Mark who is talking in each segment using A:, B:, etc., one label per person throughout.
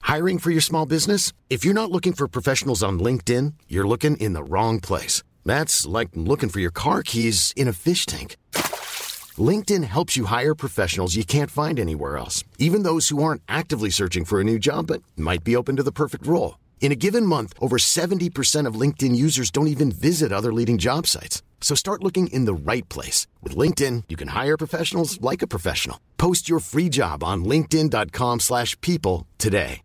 A: Hiring for your small business? If you're not looking for professionals on LinkedIn, you're looking in the wrong place. That's like looking for your car keys in a fish tank. LinkedIn helps you hire professionals you can't find anywhere else, even those who aren't actively searching for a new job but might be open to the perfect role. In a given month, over 70% of LinkedIn users don't even visit other leading job sites. So start looking in the right place. With LinkedIn, you can hire professionals like a professional. Post your free job on linkedin.com/people today.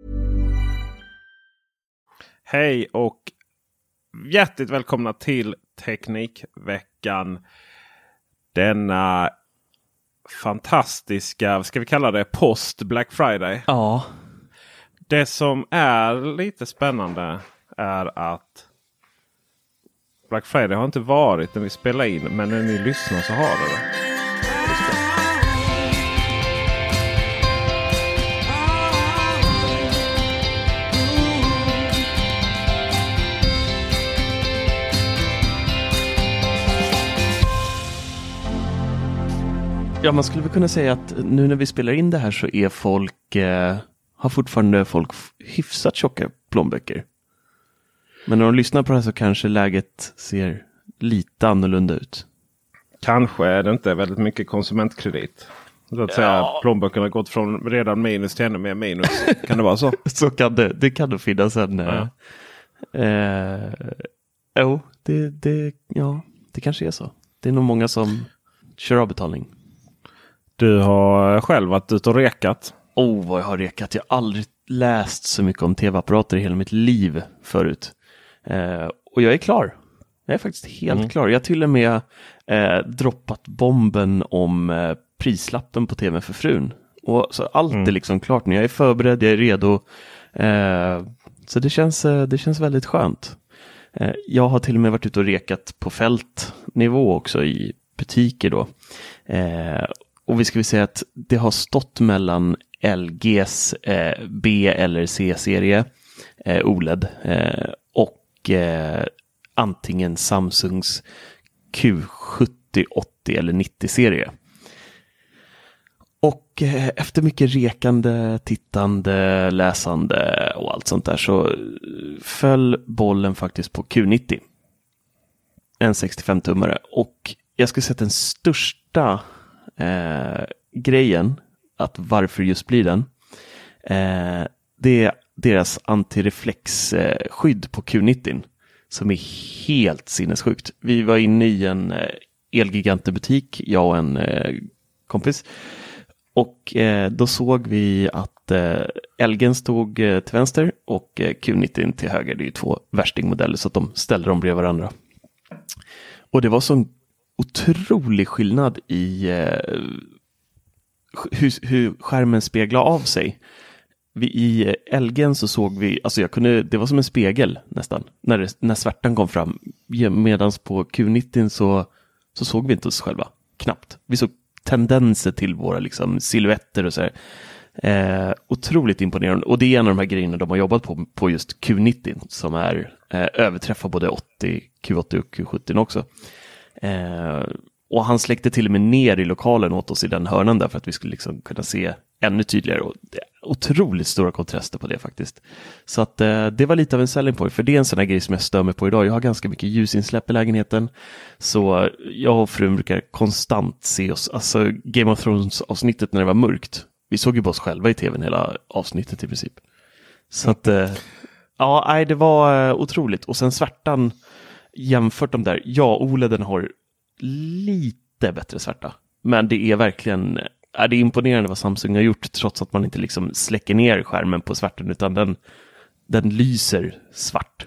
B: Hej och hjärtligt välkomna till Teknikveckan. Denna fantastiska, ska vi kalla det post Black Friday?
C: Ja.
B: Det som är lite spännande är att Black Friday har inte varit när vi spelar in, men när ni lyssnar så har det.
C: Ja, man skulle väl kunna säga att nu när vi spelar in det här så är har fortfarande folk hyfsat tjocka plånböcker. Men när de lyssnar på det här så kanske läget ser lite annorlunda ut.
B: Kanske är det inte väldigt mycket konsumentkredit. Så att säga, plånböckerna har gått från redan minus till ännu mer minus. Kan det vara så?
C: Så kan det. Det kan nog finnas en... det kanske är så. Det är nog många som kör avbetalning.
B: Du har själv varit ute och rekat.
C: Vad jag har rekat. Jag har aldrig läst så mycket om tv-apparater i hela mitt liv förut. Och jag är klar. Jag är faktiskt helt klar. Jag har till och med droppat bomben om prislappen på tv för frun. Och så allt är liksom klart nu. Jag är förberedd, jag är redo. Så det känns väldigt skönt. Jag har till och med varit ute och rekat på fältnivå också i butiker då. Och vi ska säga att det har stått mellan LGs B eller C-serie OLED och antingen Samsungs Q70, 80 eller 90-serie. Och efter mycket rekande, tittande, läsande och allt sånt där så föll bollen faktiskt på Q90. En 65-tummare. Och jag skulle säga att den största grejen att varför just blir den det är deras antireflexskydd på Q90 som är helt sinnessjukt. Vi var inne i en Elgiganten-butik, jag och en kompis, och då såg vi att Elgen stod till vänster och Q90 till höger. Det är ju två värstingmodeller så att de ställde dem bredvid varandra. Och det var sån otrolig skillnad i hur skärmen speglar av sig. I Elgen så såg vi, alltså det var som en spegel nästan, när svärtan kom fram. Medans på Q90 så såg vi inte oss själva, knappt. Vi såg tendenser till våra liksom silhuetter och så här. Otroligt imponerande. Och det är en av de här grejerna de har jobbat på just Q90 som är överträffar både Q80 och Q70 också. Och han släckte till och med ner i lokalen åt oss i den hörnan där för att vi skulle liksom kunna se ännu tydligare. Och det är otroligt stora kontraster på det faktiskt. Så att det var lite av en selling point, för det är en sån här grej som jag stör mig på idag. Jag har ganska mycket ljusinsläpp i lägenheten, så jag och frun brukar konstant se oss, alltså Game of Thrones avsnittet när det var mörkt. Vi såg ju på oss själva i tvn hela avsnittet i princip. Så att det var otroligt. Och sen svärtan jämfört de där, OLEDen har lite bättre svärta. Men det är verkligen, det är imponerande vad Samsung har gjort, trots att man inte liksom släcker ner skärmen på svärten, utan den lyser svart.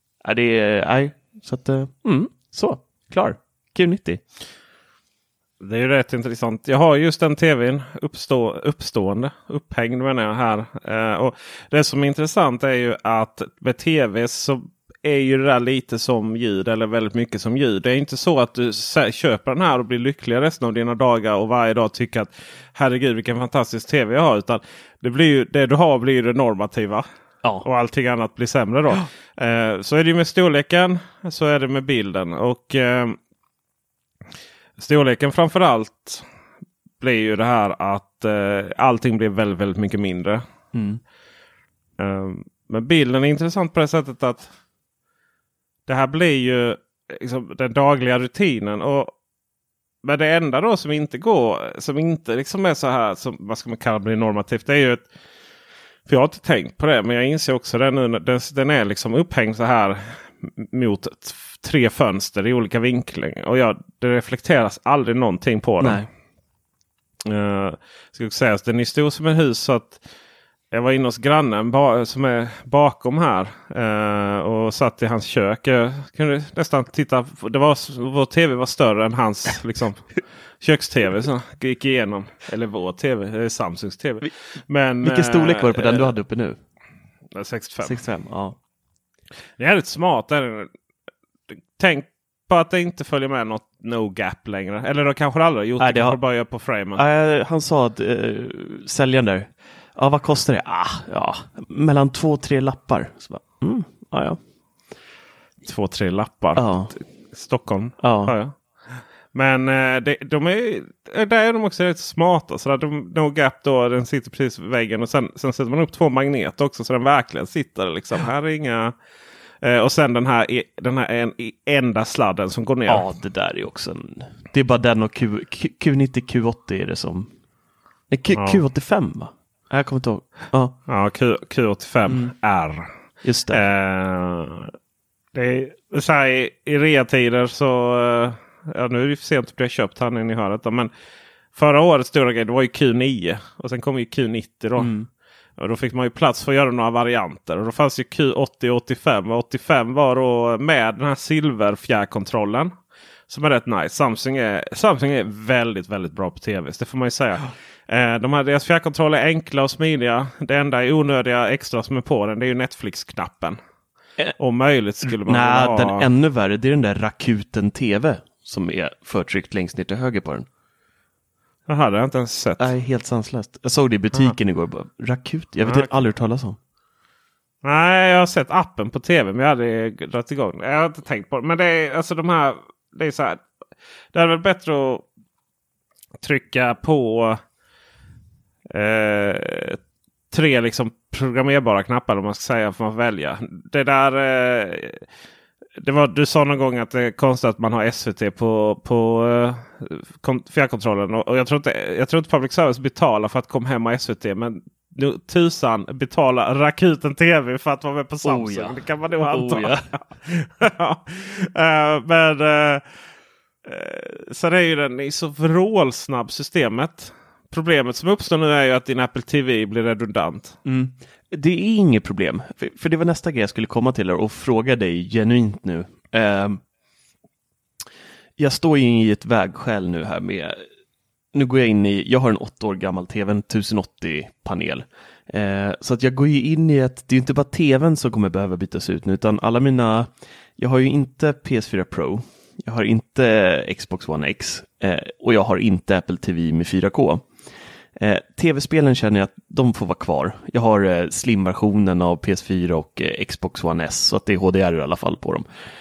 C: Så, klar. Q90.
B: Det är ju rätt intressant. Jag har just den tvn upphängd menar jag här. Och det som är intressant är ju att med tv så är ju det där lite som ljud, eller väldigt mycket som ljud. Det är inte så att du köper den här och blir lycklig resten av dina dagar och varje dag tycker att herregud vilken fantastisk tv jag har, utan det du har blir det normativa. Ja. Och allting annat blir sämre då. Ja. Så är det ju med storleken, så är det med bilden. Och storleken framförallt blir ju det här att allting blir väldigt, väldigt mycket mindre. Mm. Men bilden är intressant på det sättet att det här blir ju liksom den dagliga rutinen. Men det enda då som inte går, som inte liksom är så här, som, vad ska man kalla det, normativt, det är ju för jag har inte tänkt på det, men jag inser också det nu, den är liksom upphängd så här mot 3 fönster i olika vinkling. Och det reflekteras aldrig någonting på den. Ska jag säga att den är stor som ett hus, så att jag var inne hos grannen som är bakom här och satt i hans kök. Jag kunde nästan titta. Vår tv var större än hans liksom, köks-tv. Så gick igenom. Eller vår tv, Samsungs tv. Men,
C: vilken storlek var det på den du hade uppe nu?
B: 65.
C: Ja.
B: Det är lite smart. Tänk på att det inte följer med något no gap längre. Eller då kanske det aldrig har gjort. Nej, det kanske bara gör på framen.
C: Han sa att säljaren där. Ja, vad kostar det? Mellan 2-3 lappar. Så bara,
B: 2-3 lappar.
C: Ja.
B: Stockholm.
C: Ja.
B: Men där är de också rätt smarta. Så där no gap då, den sitter precis vid väggen. Och sen sätter man upp 2 magneter också. Så den verkligen sitter liksom. Här är inga... Och sen den här enda sladden som går ner.
C: Ja, det där är också det är bara den och Q90, Q80 är det som... Nej, Q85 va? Jag kommer inte ihåg. Ja,
B: Q85 R.
C: Just det.
B: Det är så här i reatider så... nu är det för sent att bli köpt här när ni hör detta. Men förra årets stora grej, det var ju Q9. Och sen kom ju Q90 då. Och då fick man ju plats för att göra några varianter. Och då fanns ju Q80 och 85. Och 85 var då med den här silverfjärrkontrollen. Som är rätt nice. Samsung är väldigt, väldigt bra på tv. Det får man ju säga. Deras fjärrkontroller är enkla och smidiga. Det enda är onödiga extra som är på den. Det är ju Netflix-knappen. Om möjligt skulle man ha...
C: den ännu värre. Det är den där Rakuten TV. Som är förtryckt längst ner till höger på den.
B: Det hade jag inte ens sett.
C: Nej, helt sanslöst. Jag såg det i butiken igår. Bara, Rakut. Jag vet aldrig hört talas om.
B: Nej, jag har sett appen på tv. Men jag hade dragit igång. Jag har inte tänkt på det. Men det är alltså de här... Det är så här. Det är väl bättre att trycka på 3 liksom programmerbara knappar om man ska säga, för man får välja. Det där... du sa någon gång att det är konstigt att man har SVT på fjärrkontrollen. Och jag tror inte public service betalar för att komma hem och SVT. Men nu tusan betalar Rakuten TV för att vara med på Samsung. Det kan man nog anta. Men så det är ju den i så vrålsnabb systemet. Problemet som uppstår nu är ju att din Apple TV blir redundant.
C: Det är inget problem. För det var nästa grej jag skulle komma till och fråga dig genuint nu. Jag står i ett vägskäl nu här med... Nu går jag in i... Jag har en 8 år gammal TV, en 1080-panel. Så att jag går ju in i ett... Det är inte bara TVn som kommer behöva bytas ut nu, utan alla mina... Jag har ju inte PS4 Pro. Jag har inte Xbox One X. Och jag har inte Apple TV med 4K. TV-spelen känner jag att de får vara kvar. Jag har slim-versionen av PS4 och Xbox One S, så att det är HDR i alla fall på dem.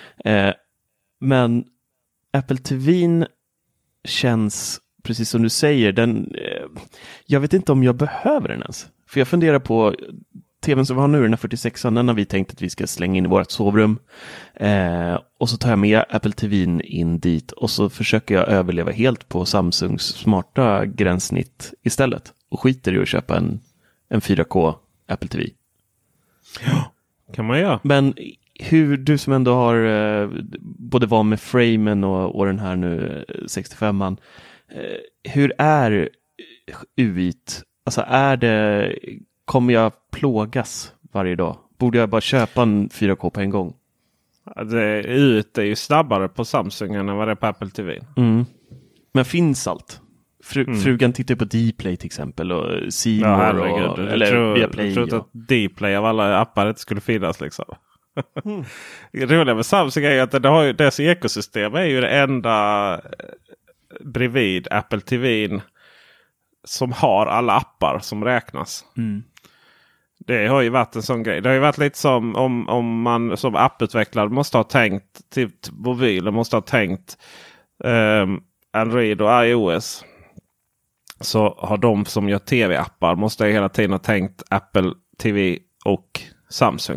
C: Men Apple TV:n känns, precis som du säger, jag vet inte om jag behöver den ens. För jag funderar på TV:n som vi har nu, den här 46an, den har vi tänkt att vi ska slänga in i vårt sovrum. Och så tar jag med Apple TV:n in dit och så försöker jag överleva helt på Samsungs smarta gränssnitt istället. Och skiter i att köpa en 4K Apple TV.
B: Ja, kan man göra.
C: Men hur du som ändå har både var med framen och den här nu 65an. Hur är UI:t? Alltså kommer jag plågas varje dag? Borde jag bara köpa en 4K på en gång?
B: UI:t är ju snabbare på Samsung än vad det är på Apple TV.
C: Men finns allt? Frugan tittar på Dplay till exempel och Seymour eller Viaplay.
B: Jag tror att Dplay av alla appar inte skulle finnas liksom. Det roliga med Samsung är ju att dess ekosystem är ju det enda bredvid Apple TV som har alla appar som räknas. Det har ju varit en sån grej. Det har ju varit lite som om man som apputvecklare måste ha tänkt till mobilen, måste ha tänkt Android och iOS. Så har de som gör tv-appar måste hela tiden ha tänkt Apple TV och Samsung.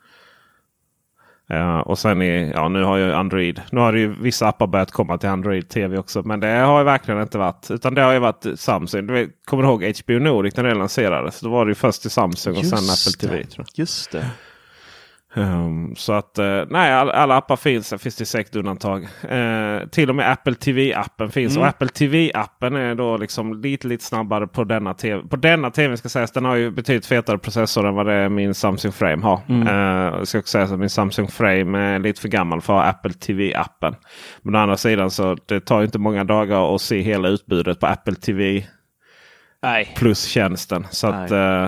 B: Och sen nu har ju Android. Nu har det ju vissa appar börjat komma till Android TV också. Men det har ju verkligen inte varit. Utan det har ju varit Samsung. Du kommer ihåg HBO Nordic när det lanserades. Då var det ju först till Samsung och sen Apple TV. Tror jag.
C: Just det.
B: Så att alla appar finns det säkert undantag. Till och med Apple TV-appen finns. Och Apple TV-appen är då liksom lite snabbare på denna TV. På denna TV ska sägas, den har ju betydligt fetare processor än vad det min Samsung Frame har. Jag ska också säga att min Samsung Frame är lite för gammal för Apple TV-appen. Men å andra sidan så det tar ju inte många dagar att se hela utbudet på Apple TV plus tjänsten. Så att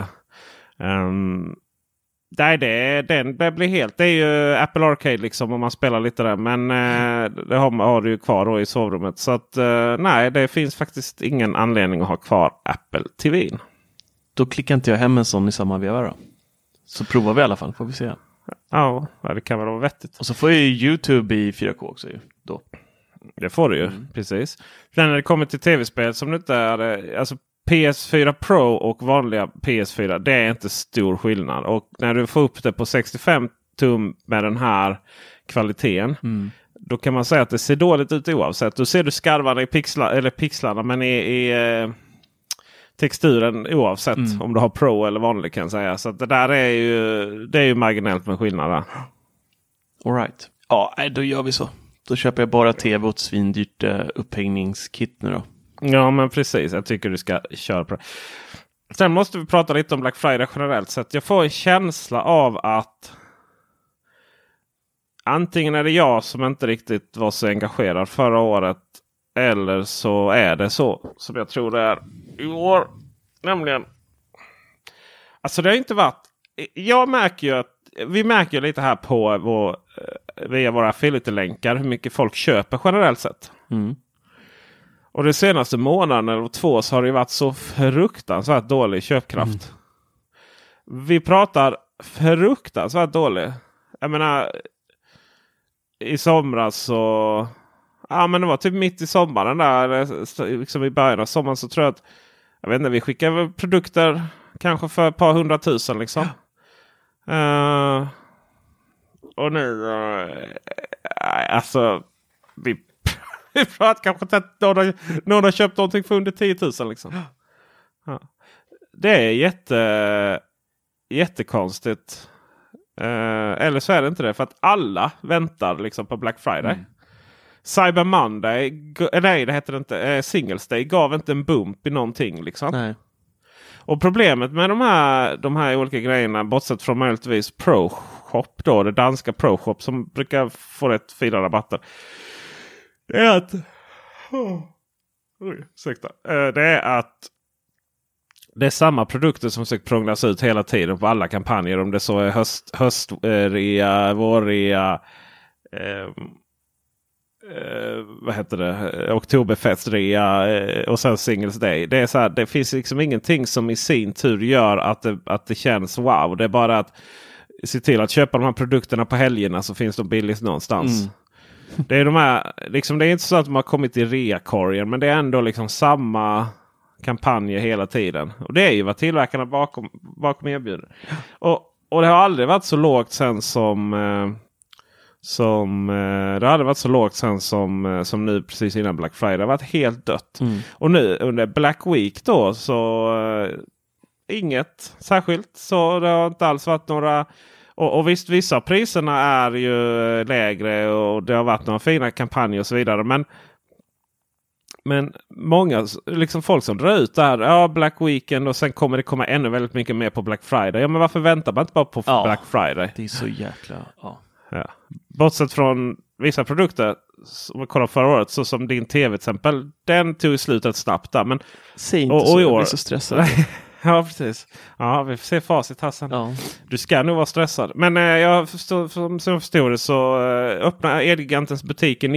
B: nej, det blir helt. Det är ju Apple Arcade liksom om man spelar lite där. Men det har du ju kvar då i sovrummet. Så att nej, det finns faktiskt ingen anledning att ha kvar Apple TV.
C: Då klickar inte jag hem en sån i samma veva då. Så provar vi i alla fall, får vi se.
B: Ja, det kan väl vara vettigt.
C: Och så får ju YouTube i 4K också ju, då.
B: Det får du ju, precis. Sen när det kommer till tv-spel som det inte är... Alltså PS4 Pro och vanliga PS4, det är inte stor skillnad. Och när du får upp det på 65 tum med den här kvaliteten, då kan man säga att det ser dåligt ut oavsett. Då ser du skarvarna i pixlarna, men i texturen oavsett om du har Pro eller vanlig, kan jag säga. Så att det där är ju marginellt med skillnad där.
C: All right. Ja, då gör vi så. Då köper jag bara tv och ett svindyrt upphängningskit nu då.
B: Ja, men precis. Jag tycker du ska köra på det. Sen måste vi prata lite om Black Friday generellt sett. Jag får en känsla av att antingen är det jag som inte riktigt var så engagerad förra året, eller så är det så som jag tror det är i år. Nämligen, alltså det har inte varit... Jag märker ju att vi märker lite här på via våra affiliate-länkar hur mycket folk köper generellt sett. Och de senaste månaderna eller 2 så har det varit så fruktansvärt dålig köpkraft. Vi pratar fruktansvärt dålig. Jag menar, i somras så... Ja, men det var typ mitt i sommaren där. Liksom i början av sommaren så tror jag att... Jag vet inte, vi skickar produkter kanske för ett par 100 000 liksom. Och nu... alltså... Vi pratar kanske att någon har köpt någonting för under 10 000 liksom. Ja. Det är jättekonstigt. Eller så är det inte det. För att alla väntar liksom på Black Friday. Cyber Monday, nej det heter det inte, Singles Day gav inte en bump i någonting liksom. Nej. Och problemet med de här olika grejerna, bortsett från möjligtvis Pro Shop då, det danska Pro Shop som brukar få rätt fina rabatter. Det är att det är samma produkter som försöker prånglas ut hela tiden på alla kampanjer. Om det så är höstrea, vårrea, vad heter det? Oktoberfestrea och sen Singles Day. Det är så här, det finns liksom ingenting som i sin tur gör att det känns wow. Det är bara att se till att köpa de här produkterna på helgerna så finns de billigt någonstans. Det är de här, liksom, det är inte så att de har kommit i reakorgen, men det är ändå liksom samma kampanjer hela tiden. Och det är ju vad tillverkarna bakom erbjuder. Och det har aldrig varit så lågt sen som det hade varit så lågt sen som nu precis innan Black Friday. Det har varit helt dött. Och nu under Black Week då så inget särskilt. Så det har inte alls varit några... Och visst, vissa priserna är ju lägre och det har varit några fina kampanjer och så vidare. Men många, liksom folk som drar ut där, Black Weekend och sen kommer det komma ännu väldigt mycket mer på Black Friday. Ja, men varför väntar man inte bara på Black Friday?
C: Det är så jäkla...
B: Ja. Bortsett från vissa produkter som vi kollade förra året, så som din tv till exempel, den tog i slutet snabbt där. Men,
C: säg inte så, jag blir så stressad.
B: Ja, precis. Ja, vi får se facit här sen. Ja. Du ska nog vara stressad. Men jag förstår, som jag förstår det så öppnar Elgigantens butiken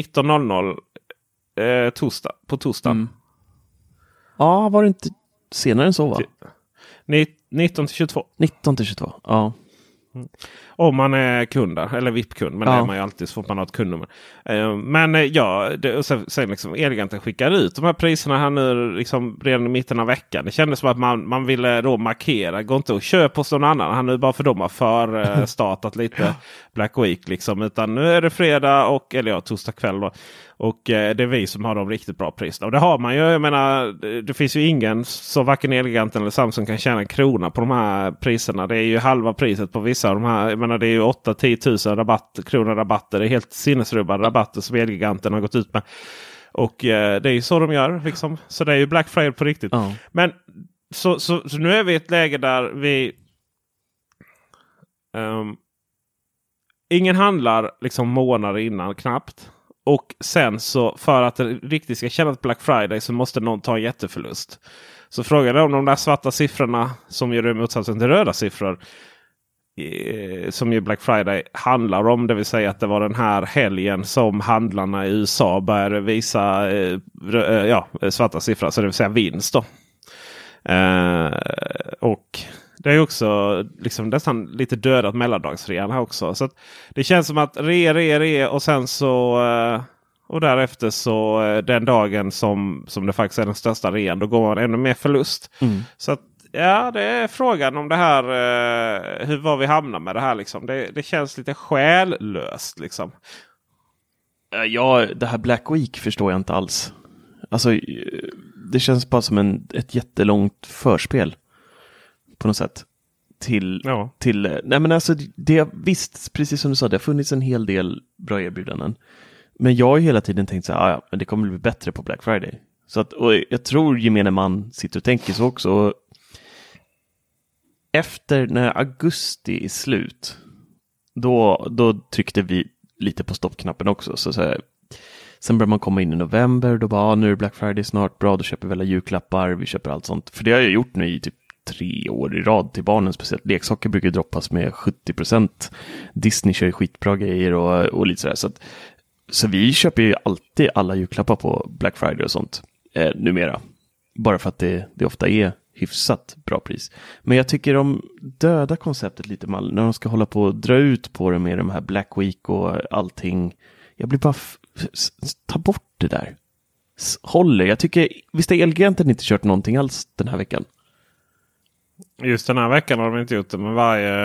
B: 19.00 på torsdag.
C: Ja, var det inte senare än så va?
B: 19 till 22.
C: 19 till 22, ja.
B: Om man är kund där, eller VIP-kund. Men det är man ju alltid så fort man har ett kundnummer. Men ja, sen liksom Elgiganten skickar ut de här priserna här nu liksom redan i mitten av veckan. Det kändes som att man ville då markera. Gå inte och köp hos någon annan. Han nu bara för dem har förstartat lite Black Week liksom. Utan nu är det fredag torsdag kväll då. Och det är vi som har de riktigt bra priserna. Och det har man ju. Jag menar, det finns ju ingen så varken Elgiganten eller Samsung kan tjäna en krona på de här priserna. Det är ju halva priset på vissa av de här. Jag menar, det är ju 8-10 000 kronor rabatter. Det är helt sinnesrubbade rabatter som Elgiganten har gått ut med. Och det är ju så de gör. Liksom. Så det är ju Black Friday på riktigt. Men så nu är vi i ett läge där vi... ingen handlar liksom månader innan knappt. Och sen så för att det riktigt ska kännas Black Friday så måste någon ta en jätteförlust. Så frågan är om de där svarta siffrorna som gör det motsatsen till röda siffror som ju Black Friday handlar om. Det vill säga att det var den här helgen som handlarna i USA började visa svarta siffror. Så det vill säga vinst då. Och det är också liksom nästan lite dödat mellandagsrean här också. Så att det känns som att re och sen så och därefter så den dagen som det faktiskt är den största rean, då går man ännu mer förlust. Så att ja, det är frågan om det här var vi hamnar med det här liksom. Det känns lite själlöst liksom.
C: Ja, det här Black Week förstår jag inte alls. Alltså det känns bara som ett jättelångt förspel på något sätt till nej men alltså det visst, precis som du sa, det har funnits en hel del bra erbjudanden. Men jag har ju hela tiden tänkt så här, men det kommer bli bättre på Black Friday. Så att, och jag tror gemene man sitter och tänker så också. Och efter när augusti är slut, då tryckte vi lite på stoppknappen också. Så här, sen börjar man komma in i november, då bara, nu är det Black Friday snart, bra, då köper vi alla julklappar, vi köper allt sånt. För det har jag gjort nu i typ 3 år i rad till barnen, speciellt leksaker brukar droppas med 70%. Disney kör ju skitbra grejer och lite sådär. Så vi köper ju alltid alla julklappar på Black Friday och sånt numera. Bara för att det ofta är hyfsat bra pris. Men jag tycker de döda konceptet lite mal när de ska hålla på och dra ut på det med de här Black Week och allting. Jag blir bara ta bort det där. Håller. Jag tycker, visst har Elgiganten inte kört någonting alls den här veckan?
B: Just den här veckan har de inte gjort det, men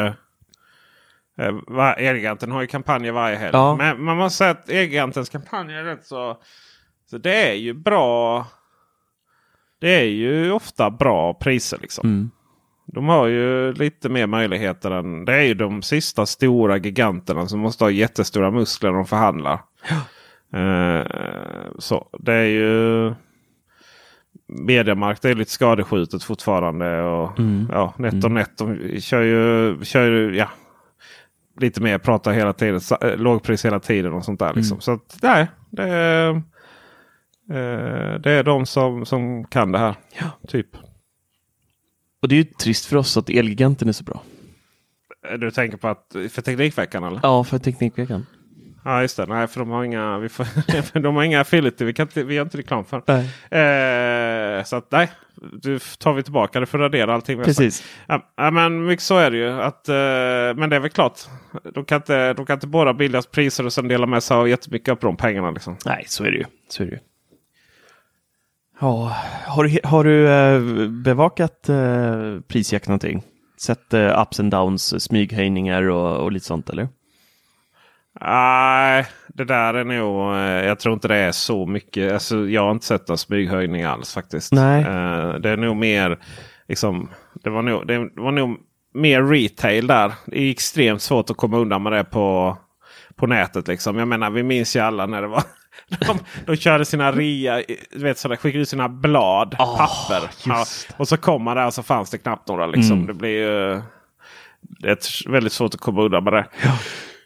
B: Elgiganten har ju kampanjer varje helg. Ja. Men man måste säga att Elgigantens kampanjer är rätt så det är ju bra. Det är ju ofta bra priser liksom. De har ju lite mer möjligheter än... Det är ju de sista stora giganterna som måste ha jättestora muskler när de förhandlar. Så det är ju... Mediamarkt är lite skadeskjutet fortfarande. Och NetOnNet de kör ju lite mer, pratar hela tiden. Lågpris hela tiden och sånt där liksom. Så att nej, det är de som kan det här. Ja. Typ.
C: Och det är ju trist för oss att Elgiganten är så bra.
B: Du tänker på att för Teknikveckan eller?
C: Ja, för Teknikveckan.
B: Ja, just det. Nej, för de har inga affiliate. Vi har inte reklam för. Så att nej, du tar vi tillbaka det för att radera allting.
C: Precis.
B: Ja, men mycket så är det ju. Men det är väl klart. De kan inte bara bildas priser och sen dela med sig av jättemycket av de pengarna liksom.
C: Nej, så är det ju. Ja, har du bevakat prisjakt någonting? Sett ups and downs, smyghöjningar och lite sånt eller?
B: Nej, det där är nog... Jag tror inte det är så mycket. Alltså, jag har inte sett någon smyghöjning alls faktiskt.
C: Nej.
B: Det är nog mer... Liksom, det var nog mer retail där. Det är extremt svårt att komma undan med det på nätet. Liksom. Jag menar, vi minns ju alla när det var... De körde sina rea, skickade ut sina blad, papper. Ja, och så kom man där och så fanns det knappt några. Liksom. Det blir ju... Det är väldigt svårt att komma undan med det. Ja.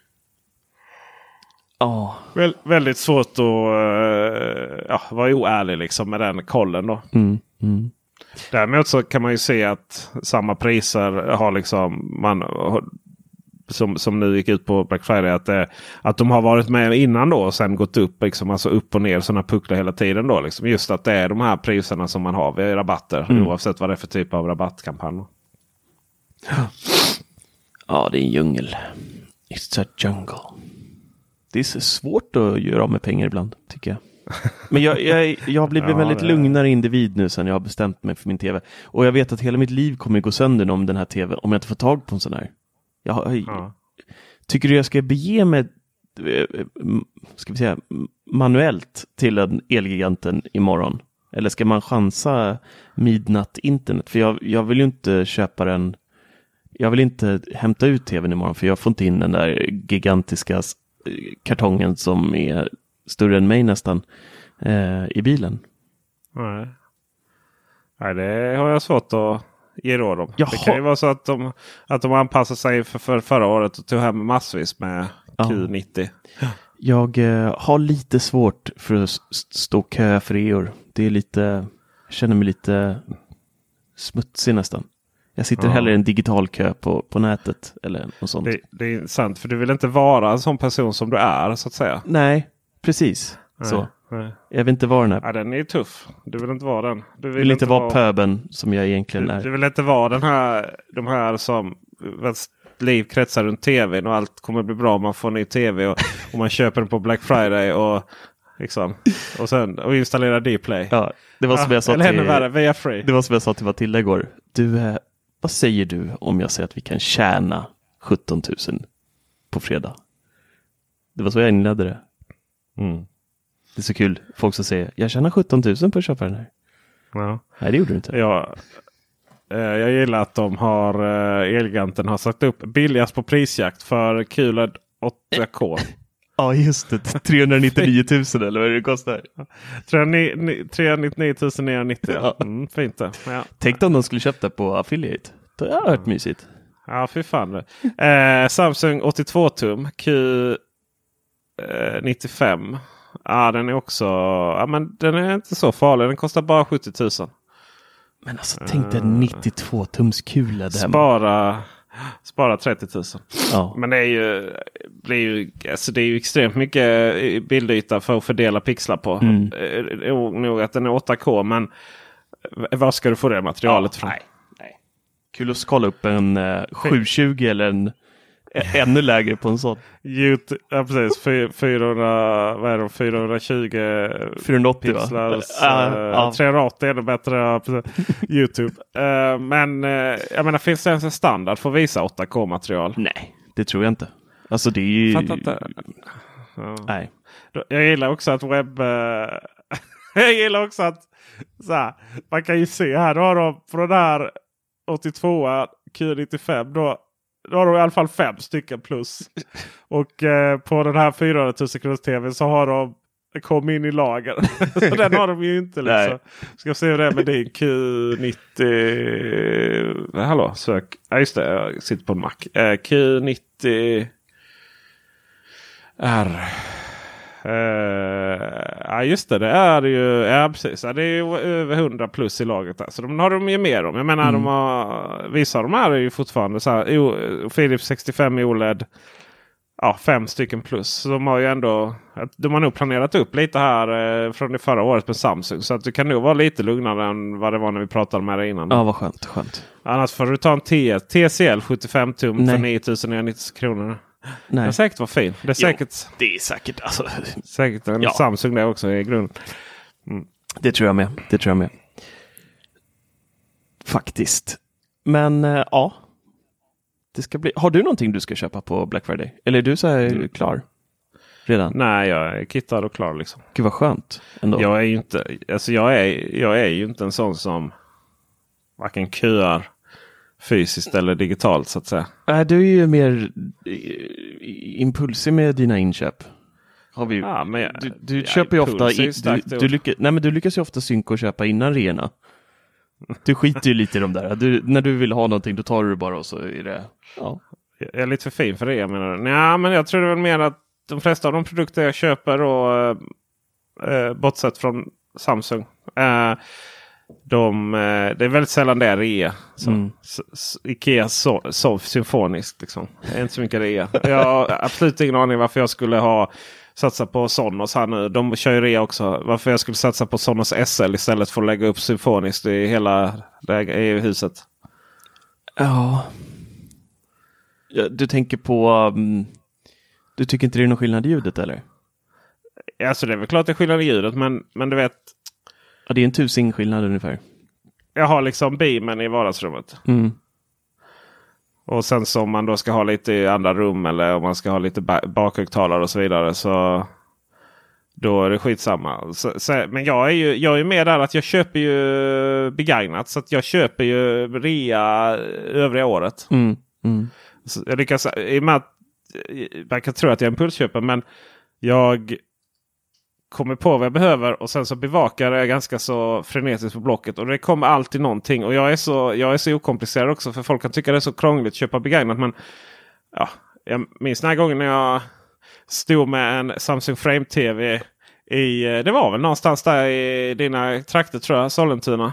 B: Väldigt svårt att vara oärlig liksom, med den kollen då. Däremot så kan man ju se att samma priser har liksom som nu gick ut på Black Friday att de har varit med innan då och sen gått upp liksom, alltså upp och ner sådana pucklar hela tiden då liksom. Just att det är de här priserna som man har vid rabatter oavsett vad det är för typ av rabattkampanj.
C: Ja, det är en djungel. It's a jungle. Det är så svårt att göra av med pengar ibland, tycker jag. Men jag har blivit en väldigt lugnare individ nu sen jag har bestämt mig för min tv. Och jag vet att hela mitt liv kommer gå sönder om den här tv, om jag inte får tag på en sån här. Tycker du jag ska bege mig, ska vi säga, manuellt till en Elgiganten imorgon? Eller ska man chansa midnatt internet? För jag vill ju inte köpa den. Jag vill inte hämta ut tvn imorgon, för jag får inte in den där gigantiska kartongen som är större än mig nästan i bilen.
B: Nej, det har jag svårt att ge råd om. Det kan ju vara så att de anpassar sig för förra året och tog hem massvis med Q90.
C: Jag har lite svårt för att stå kö för EOR. Det är lite, jag känner mig lite smutsig nästan. Jag sitter hellre i en digital kö på nätet eller något sånt.
B: Det är sant, för du vill inte vara en sån person som du är, så att säga.
C: Nej, precis. Så.
B: Nej.
C: Jag vill inte vara den här.
B: Ja, den är tuff. Du vill inte vara den.
C: Du vill inte vara pöben som jag egentligen är.
B: Du vill inte vara de här som liv kretsar runt tvn och allt kommer bli bra om man får en ny tv och man köper den på Black Friday och liksom och installera Dplay.
C: Ja, det var som jag sa
B: via free.
C: Det var som jag sa till Matilda igår. Vad säger du om jag säger att vi kan tjäna 17 000 på fredag? Det var så jag inledde det. Det är så kul. Folk som säger, jag tjänar 17 000 på att köpa den här.
B: Ja.
C: Nej, det gjorde du inte.
B: Ja. Jag gillar att de har Elgiganten har sagt upp billigast på prisjakt för QLED 8K.
C: Ja, just det. 399 000 eller vad det kostar.
B: 399 990. Ja. Fint det. Ja.
C: Tänk om de skulle köpt det på Affiliate. Det har varit mysigt.
B: Ja, fy fan. Samsung 82 tum Q95. Ja, den är också... Ja, men den är inte så farlig. Den kostar bara 70 000.
C: Men alltså, tänk dig 92 tums kula.
B: Spara 30 000. Ja. Men det är ju extremt mycket bildyta för att fördela pixlar på. Nog att den är 8K, men var ska du få det materialet från?
C: Nej. Kul att kolla upp en 720 eller en ännu lägre på en sån.
B: YouTube, ja, precis. 420
C: 480
B: pixlar. 380 är det bättre. YouTube. Men jag menar, finns det ens en standard för att visa 8K-material?
C: Nej, det tror jag inte. Alltså det är ju... Nej.
B: Jag gillar också att jag gillar också att så här, man kan ju se här, då har de på den här 82 Q95 då har de i alla fall 5 stycken plus. Och på den här 400 000 kronors tv så har de kommit in i lager. Så den har de ju inte liksom. Ska se hur det är med din Q90. Hallå, sök. Ja, just det, jag sitter på en Mac. Q90 R. Ja, just det. Det är ju... Ja, precis. Ja, det är ju över 100 plus i laget där. Så de har de ju mer om. Jag menar, vissa av de här är ju fortfarande så här... Philips 65 OLED. Ja, 5 stycken plus. Så de har ju ändå... De har nog planerat upp lite här från det förra året med Samsung. Så att du kan nog vara lite lugnare än vad det var när vi pratade med det innan.
C: Ja, vad skönt.
B: Annars får du ta en TCL 75 tum för 990 kronor.
C: Nej.
B: Det är säkert var fin. Det är säkert.
C: Jo, det är säkert. Alltså.
B: Säkert en Samsung där också i grunden.
C: Det tror jag med. Faktiskt. Men ja. Det ska bli... Har du någonting du ska köpa på Black Friday? Eller är du så här klar? Redan?
B: Nej, jag är kittad och klar liksom.
C: Gud vad skönt. Ändå.
B: Jag är ju inte... Alltså jag är ju inte en sån som varken köar fysiskt eller digitalt så att säga.
C: Du är ju mer impulsig med dina inköp. Har vi, du köper ju ofta... Du lyckas ju ofta synka och köpa innan rena. Du skiter ju lite i de där. När du vill ha någonting då tar du bara och så är det... Ja.
B: Jag är lite för fin för det, jag menar. Nej, men jag tror det är mer att de flesta av de produkter jag köper och bortsett från Samsung det är väldigt sällan det är rea. Ikea sov symfoniskt liksom. Det är inte så mycket rea. Jag har absolut ingen aning varför jag skulle satsa på Sonos här nu. De kör ju rea också. Varför jag skulle satsa på Sonos SL istället för att lägga upp symfoniskt i hela huset.
C: Ja. Ja, du tänker på... du tycker inte det är någon skillnad i ljudet, eller?
B: Alltså det är väl klart det är skillnad i ljudet, men du vet...
C: Ja, det är en 1000 skillnad ungefär.
B: Jag har liksom beamen i vardagsrummet.
C: Mm.
B: Och sen som man då ska ha lite i andra rum eller om man ska ha lite bakhögtalare och så vidare, så då är det skitsamma. Men jag är med där att jag köper ju begagnat, så att jag köper ju rea övriga året. Så jag lyckas, i och med att man kan tro att jag är en impulsköpare, men jag kommer på vad jag behöver och sen så bevakar jag ganska så frenetiskt på Blocket, och det kommer alltid någonting, och jag är så okomplicerad också, för folk kan tycka det är så krångligt att köpa begagnat, men ja, jag minns den här gången när jag stod med en Samsung Frame TV det var väl någonstans där i dina trakter, tror jag, Sollentuna.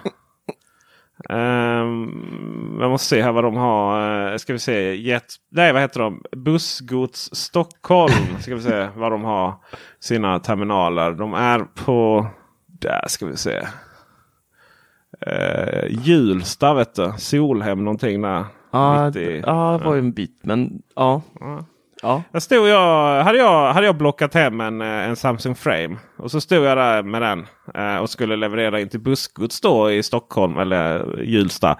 B: Jag måste se här vad de har. Ska vi se. Vad heter de? Bussgods Stockholm. Ska vi se vad de har sina terminaler. De är på... Där ska vi se. Julsta, vet du. Solhem någonting där.
C: Ja, det var ju en bit. Men ja.
B: Hade jag blockat hem en Samsung Frame. Och så stod jag där med den. Och skulle leverera in till Bussgods då i Stockholm. Eller Julsta.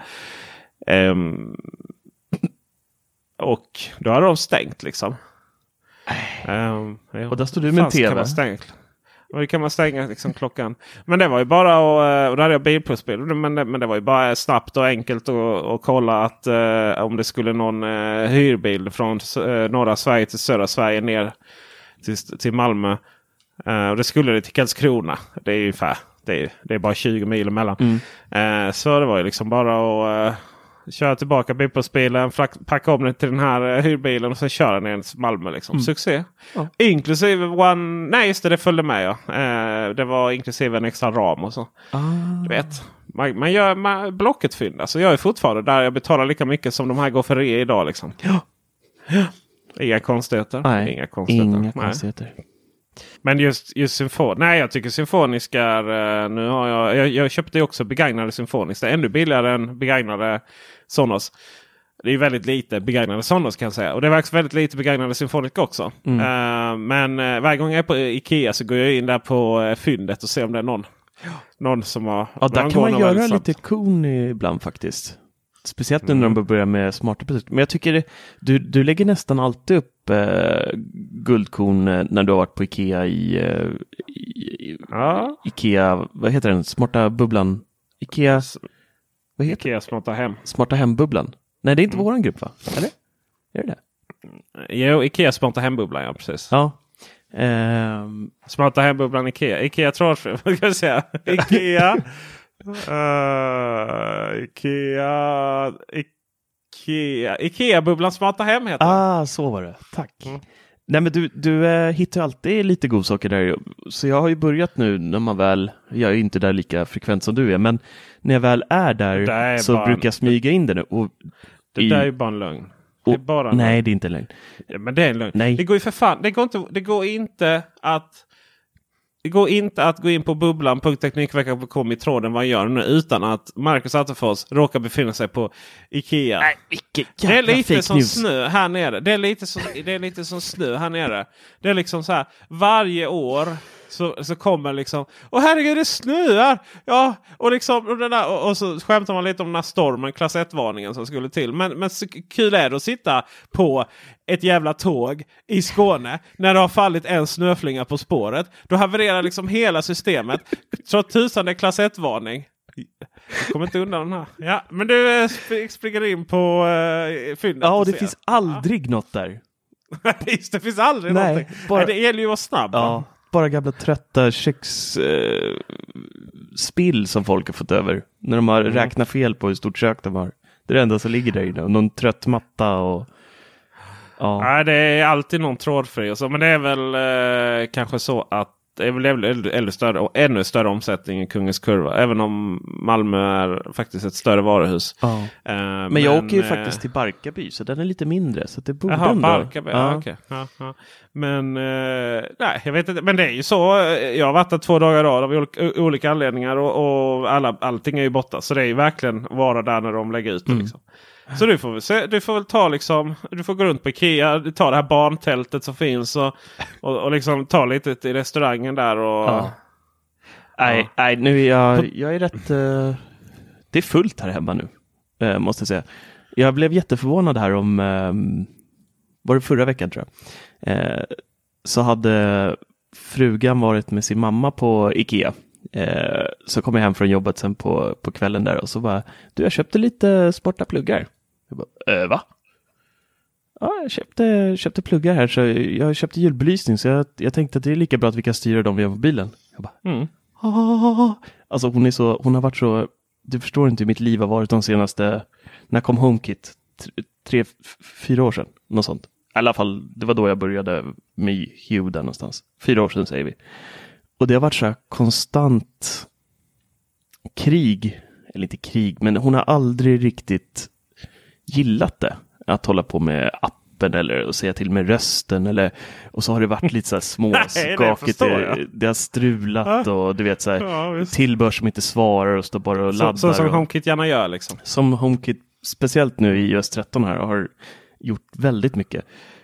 B: Och då hade de stängt liksom.
C: Och där stod du med en TV.
B: Och det kan man stänga liksom klockan. Men det var ju bara och då hade jag bilplusbil. Men det var ju bara snabbt och enkelt att kolla att om det skulle någon hyrbil från norra Sverige till södra Sverige ner till Malmö. Och det skulle det till Karlskrona. Det är ungefär. Det är bara 20 mil emellan. Så det var ju liksom bara att köra tillbaka bilplusbilen, packa om den till den här hyrbilen och sen köra ner till Malmö liksom. Succé. Ja. Inklusive nej just det följde med, ja. Det var inklusive en extra ram och så. Du vet, man gör Blocket fynd. Alltså jag är fortfarande där jag betalar lika mycket som de här går för rea idag liksom. Ja. Inga konstigheter.
C: Nej,
B: inga konstigheter. Men just symfon. Nej, jag tycker symfonisk är... Nu har jag köpte också begagnade symfonisk. Det är ännu billigare än begagnade Sonos. Det är väldigt lite begagnade Sonos, kan jag säga. Och det är faktiskt väldigt lite begagnade symfonisk också. Men varje gång jag är på Ikea så går jag in där på fyndet och ser om det är någon som har...
C: Ja, där kan man göra lite kon ibland faktiskt. Speciellt nu när de börjar med smarta produkter. Men jag tycker du lägger nästan alltid upp guldkorn när du har varit på Ikea Ikea, vad heter den? Smarta bubblan. Ikea, vad heter
B: Ikea Smarta Hem.
C: Smarta Hem-bubblan. Nej, det är inte våran grupp, va? Eller? Är det?
B: Jo, Ikea Smarta Hem-bubblan, ja, precis.
C: Ja.
B: Smarta Hem-bubblan Ikea. Ikea trådfri, vad ska jag säga? Ikea... Ikea-bubblan Smarta Hem heter det.
C: Så var det. Tack. Nej, men du hittar alltid lite godsaker där. Så jag har ju börjat nu när man väl... Jag är inte där lika frekvent som du är. Men när jag väl är där så brukar jag smyga in det nu. Och
B: det där är ju bara en lögn.
C: Nej, det är inte en lögn.
B: Ja, men det är en lögn.
C: Nej.
B: Det går ju för fan. Det går inte att gå in på bubblan.teknikveckan.com i tråden vad gör nu utan att Marcus Attefors råkar befinna sig på Ikea.
C: Nej, vilket
B: det är lite som snö här nere. Det är lite som snö här nere. Det är liksom så här, varje år så kommer liksom, åh herregud, det snöar. Ja, och liksom och så skämtar man lite om den här stormen, klass 1-varningen som skulle till. Men så kul är det att sitta på ett jävla tåg i Skåne när det har fallit en snöflinga på spåret. Då havererar liksom hela systemet. Så tusan är klass 1-varning. Jag kommer inte undan den här. Ja, men du springer in på fyndet.
C: Ja, och det finns aldrig något där.
B: Det finns aldrig någonting. Det gäller ju att vara snabb.
C: Ja, bara gamla trötta köksspill som folk har fått över. När de har räknat fel på hur stort kök de har. Det är det enda som ligger där inne. Och någon trött matta och... Ja.
B: Nej, det är alltid någon trådfri och så, men det är väl kanske så att det är väl ännu större omsättning i Kungens Kurva, även om Malmö är faktiskt ett större varuhus.
C: Ja. Men jag åker ju faktiskt till Barkarby, så den är lite mindre, så det borde ändå...
B: Barkarby, ja. Okej. Ja. Men nej, jag vet inte, men det är ju så, jag har varit där 2 dagar i rad av olika anledningar och allting är ju borta, så det är ju verkligen vara där när de lägger ut det liksom. Så du får väl ta liksom, du får gå runt på Ikea, ta det här barntältet som finns och liksom ta lite i restaurangen där och...
C: Ja. Nej, nu är jag är rätt... det är fullt här hemma nu, måste jag säga. Jag blev jätteförvånad här om... var det förra veckan tror jag? Så hade frugan varit med sin mamma på Ikea. Så kom jag hem från jobbet sen på kvällen där och så bara, jag köpte lite smarta pluggar. Jag bara, va? Ja, jag köpte pluggar här, så jag köpte julbelysning, så jag tänkte att det är lika bra att vi kan styra dem via mobilen. Jag bara, Alltså hon har varit så, du förstår inte hur mitt liv har varit de senaste, när kom HomeKit? 3-4 år sedan, något sånt. I alla fall, det var då jag började med Hue där någonstans. 4 år sedan säger vi. Och det har varit så här konstant krig, eller inte krig, men hon har aldrig riktigt gillat det. Att hålla på med appen eller att säga till med rösten. Och så har det varit lite så här småskakigt. Det har strulat och du vet så här, tillbehör som inte svarar och står bara och laddar.
B: Så som HomeKit gärna gör liksom.
C: Som HomeKit, speciellt nu i iOS 13 här, har gjort väldigt mycket.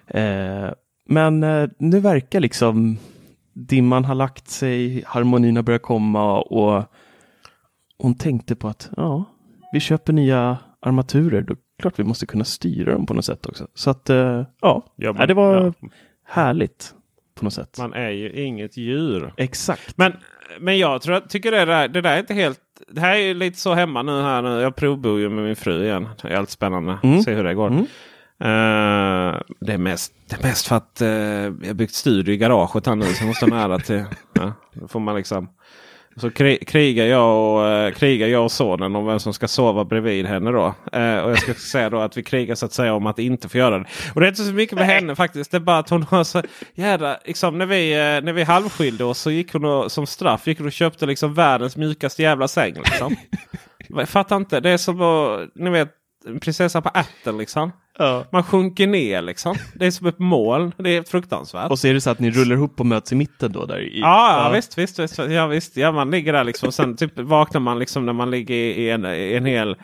C: Men nu verkar liksom dimman har lagt sig, harmonin har börjat komma och hon tänkte på att vi köper nya armaturer, då klart vi måste kunna styra dem på något sätt också. Så att det var härligt på något sätt.
B: Man är ju inget djur.
C: Exakt.
B: Men jag tycker det där är inte helt, det här är ju lite så hemma nu här. Jag provbor ju med min fru igen. Det är allt spännande. Se hur det går. Det är mest för att jag har byggt studio i garaget här nu, så jag måste ha nära till. Då får man liksom, så krigar jag och sonen om vem som ska sova bredvid henne då. Och jag ska säga då att vi krigar så att säga om att inte få göra det. Och det är inte så mycket med henne faktiskt. Det är bara att hon har så jävla, liksom, när vi halvskilde oss så gick hon och, som straff gick hon och köpte liksom världens mjukaste jävla säng liksom. Jag fattar inte. Det är som ni vet, prinsessan på ärten liksom. Ja. Man sjunker ner liksom. Det är som ett moln. Det är fruktansvärt.
C: Och så är det så att ni rullar ihop och möts i mitten då? Där
B: Visst. Ja, visst. Ja, man ligger där liksom. Och sen typ vaknar man liksom när man ligger i en hel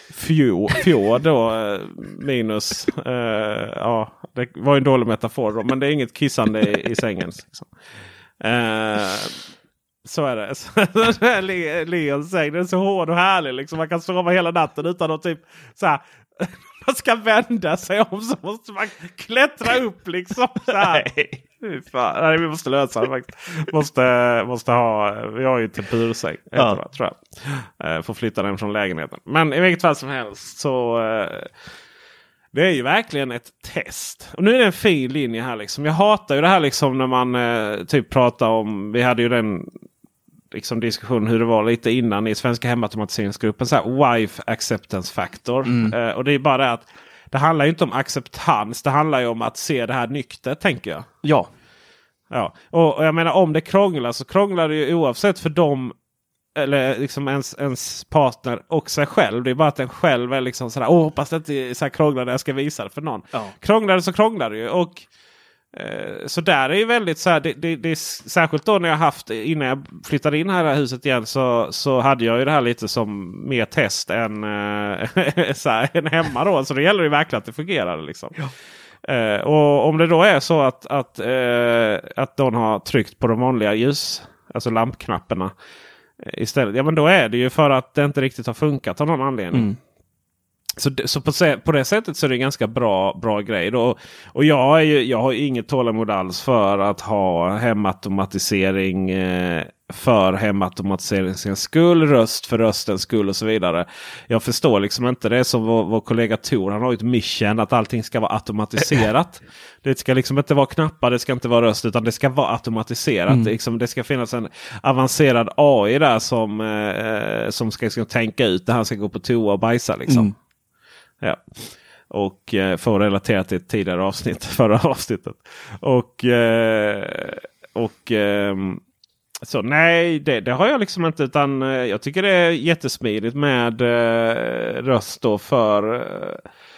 B: fjord då. Minus. Det var ju en dålig metafor då. Men det är inget kissande i sängen. Liksom. Så är det. Leons säng, den är så hård och härlig liksom. Man kan sova hela natten utan att typ så här, man ska vända sig om, så måste man klättra upp liksom så här. Nej, vi måste lösa det faktiskt. Måste ha, vi har ju en tempursäng tror jag. Får flytta den från lägenheten. Men i vilket fall som helst så det är ju verkligen ett test. Och nu är det en fin linje här liksom. Jag hatar ju det här liksom när man typ pratar om, vi hade ju den liksom diskussion hur det var lite innan i Svenska hemautomatiseringsgruppen, så här wife acceptance factor. Och det är bara det att det handlar ju inte om acceptans, det handlar ju om att se det här nyktert, tänker jag. Ja. Och jag menar, om det krånglar så krånglar det ju oavsett för dem eller liksom ens partner och sig själv. Det är bara att en själv är liksom sådär, hoppas det inte så här krånglar när jag ska visa det för någon. Krånglar det så krånglar det ju. Och så där är ju väldigt så här, det är särskilt då när jag haft, innan jag flyttade in här i huset igen, så hade jag ju det här lite som mer test än så här, än hemma då. Så det gäller ju verkligen att det fungerar liksom. Och om det då är så att de har tryckt på de vanliga alltså lampknapparna istället, ja men då är det ju för att det inte riktigt har funkat av någon anledning. Så på det sättet så är det en ganska bra grej då. Och jag har inget tålamod alls för att ha hemautomatisering för hemautomatiseringens skull, röst för röstens skull och så vidare. Jag förstår liksom inte, det är som vår kollega Tor, han har ju ett mission att allting ska vara automatiserat. Det ska liksom inte vara knappar, det ska inte vara röst, utan det ska vara automatiserat. Det ska finnas en avancerad AI där som ska tänka ut när han ska gå på toa och bajsa liksom. Ja. Och få relaterat till ett tidigare avsnitt, förra avsnittet. Så nej, det har jag liksom inte, utan jag tycker det är jättesmidigt med röst då för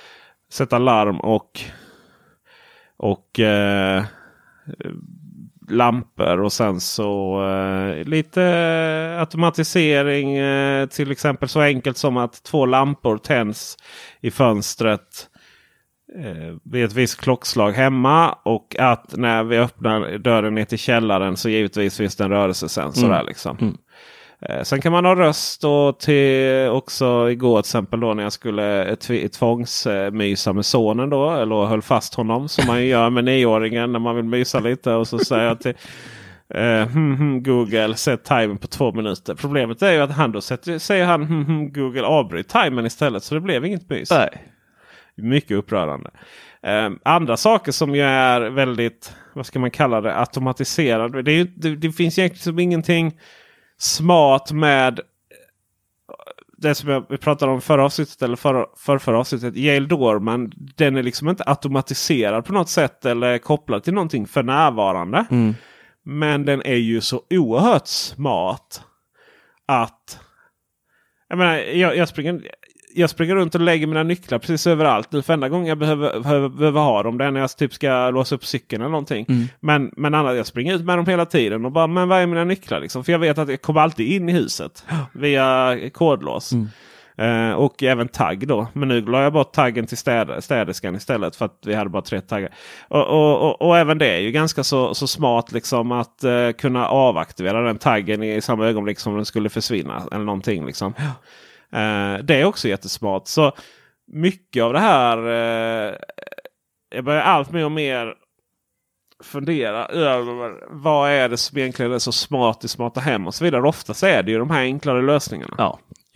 B: sätta larm och lampor och sen så lite automatisering. Till exempel så enkelt som att 2 lampor tänds i fönstret vid ett visst klockslag hemma. Och att när vi öppnar dörren ner till källaren så givetvis finns det en rörelsesensor där liksom. Sen kan man ha röst och till också igår till exempel då när jag skulle tvångsmysa med sonen då. Eller höll fast honom som man gör med 9-åringen när man vill mysa lite. Och så säger jag till Google sätt timern på 2 minuter. Problemet är ju att han då säger han Google avbryt timern istället. Så det blev inget mys.
C: Nej.
B: Mycket upprörande. Andra saker som ju är väldigt, vad ska man kalla det, automatiserade. Det finns egentligen ingenting smart med det som vi pratade om förra avsnittet eller förra avsnittet. Yale Dorman, den är liksom inte automatiserad på något sätt eller kopplad till någonting för närvarande. Men den är ju så oerhört smart att jag menar, jag springer runt och lägger mina nycklar precis överallt. Nu för enda gången jag behöver ha dem. Det är när jag typ ska låsa upp cykeln eller någonting. Men annars, jag springer ut med dem hela tiden. Och bara, men vad är mina nycklar liksom? För jag vet att jag kommer alltid in i huset. Via kodlås. Och även tagg då. Men nu la jag bort taggen till städerskan istället. För att vi hade bara 3 taggar. Och även det är ju ganska så smart liksom. Att kunna avaktivera den taggen i samma ögonblick som den skulle försvinna. Eller någonting liksom. Det är också jättesmart. Så mycket av det här jag börjar allt mer och mer fundera över vad är det som egentligen är så smart i smarta hem och så vidare. Ofta så är det ju de här enklare lösningarna.
C: Ja,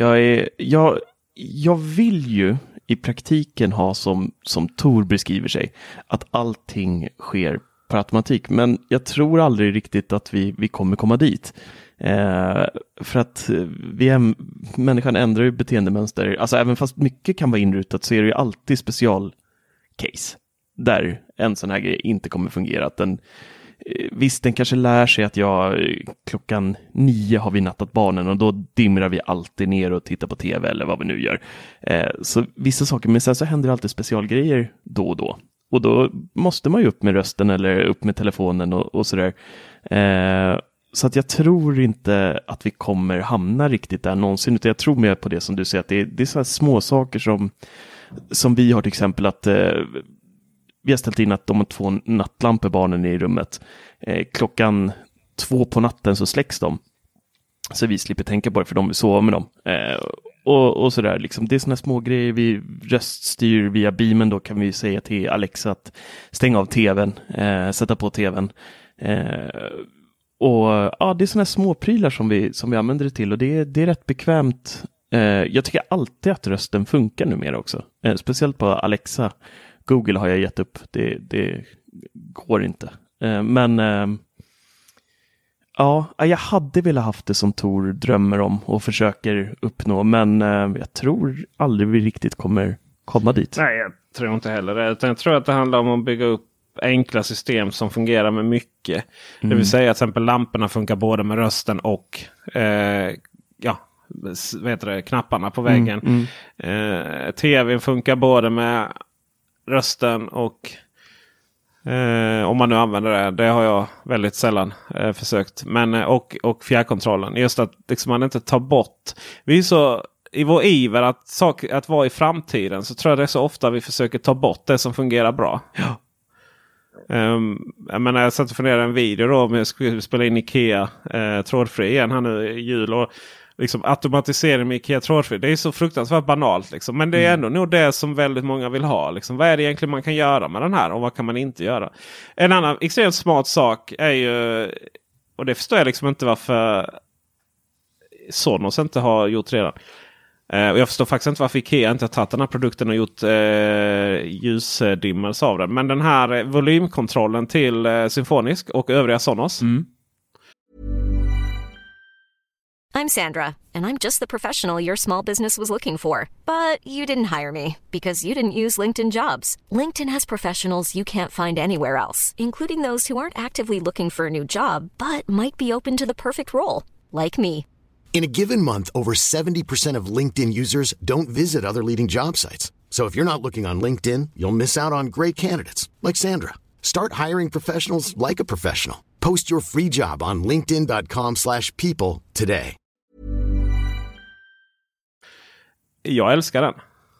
C: jag vill ju i praktiken ha som Tor beskriver sig att allting sker per automatik. Men jag tror aldrig riktigt att vi kommer komma dit. För att människan ändrar ju beteendemönster. Alltså även fast mycket kan vara inrutat så är det ju alltid specialcase där en sån här grej inte kommer fungera. Att visst, den kanske lär sig att klockan 9 har vi nattat barnen och då dimrar vi alltid ner och tittar på tv eller vad vi nu gör. Så vissa saker, men sen så händer alltid specialgrejer då och då. Och då måste man ju upp med rösten eller upp med telefonen och sådär. Så att jag tror inte att vi kommer hamna riktigt där någonsin. Utan jag tror mer på det som du säger. Att det är så här små saker som vi har till exempel. Att vi har ställt in att de har 2 nattlampor barnen i rummet. Klockan 2 på natten så släcks de. Så vi slipper tänka på det för de vill sova med dem. Och sådär liksom. Det är såna små grejer. Vi röststyr via beamen. Då kan vi säga till Alexa att stänga av tvn. Sätta på tvn. Och ja, det är såna små prylar som vi använder det till. Och det är rätt bekvämt. Jag tycker alltid att rösten funkar numera också. Speciellt på Alexa. Google har jag gett upp. Det går inte. Men ja, jag hade velat haft det som Tor drömmer om och försöker uppnå. Men jag tror aldrig vi riktigt kommer komma dit.
B: Nej, jag tror inte heller det. Jag tror att det handlar om att bygga upp enkla system som fungerar med mycket. Det vill säga att till exempel lamporna funkar både med rösten och knapparna på väggen. TVn funkar både med rösten och om man nu använder det har jag väldigt sällan försökt. Men och fjärrkontrollen. Just att liksom man inte tar bort. Vi är så i vår iver att vara i framtiden så tror jag det är så ofta vi försöker ta bort det som fungerar bra.
C: Ja.
B: Jag menar, jag satt och funderade en video då om jag skulle spela in Ikea trådfri igen här nu i jul och liksom automatisering med Ikea trådfri. Det är så fruktansvärt banalt liksom. Men det är ändå nog det som väldigt många vill ha liksom. Vad är det egentligen man kan göra med den här och vad kan man inte göra? En annan extremt smart sak är ju, och det förstår jag liksom inte varför Sonos inte har gjort redan. Och jag förstår faktiskt inte varför Ikea inte har tagit den här produkten och gjort ljusdimmers av den. Men den här volymkontrollen till Symfonisk och övriga Sonos.
D: I'm Sandra, and I'm just the professional your small business was looking for. But you didn't hire me because you didn't use LinkedIn Jobs. LinkedIn has professionals you can't find anywhere else, including those who aren't actively looking for a new job, but might be open to the perfect role, like me.
A: In a given month, over 70% of LinkedIn users don't visit other leading job sites. So if you're not looking on LinkedIn, you'll miss out on great candidates like Sandra. Start hiring professionals like a professional. Post your free job on linkedin.com/people today.
B: Jag älskar den.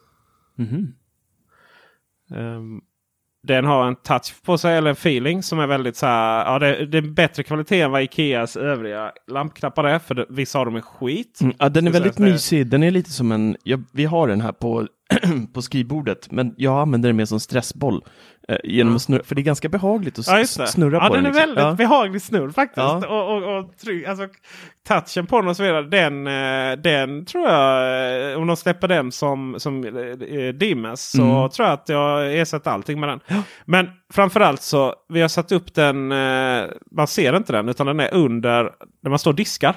B: Den har en touch på sig, eller en feeling som är väldigt så här, ja, det är bättre kvalitet än vad Ikeas övriga lampknappar är, för vissa av dem är skit.
C: Ja, den är väldigt mysig. Den är lite som en, vi har den här på på skrivbordet, men jag använder den mer som stressboll genom att snurra, för det är ganska behagligt att snurra på den.
B: Ja, den är väldigt behaglig snurr faktiskt. Ja. Och alltså, touchen på den och så vidare, den tror jag, om de släpper den som dimmes, så tror jag att jag ersätter allting med den. Ja. Men framförallt så, vi har satt upp den, man ser inte den, utan den är under, när man står och diskar.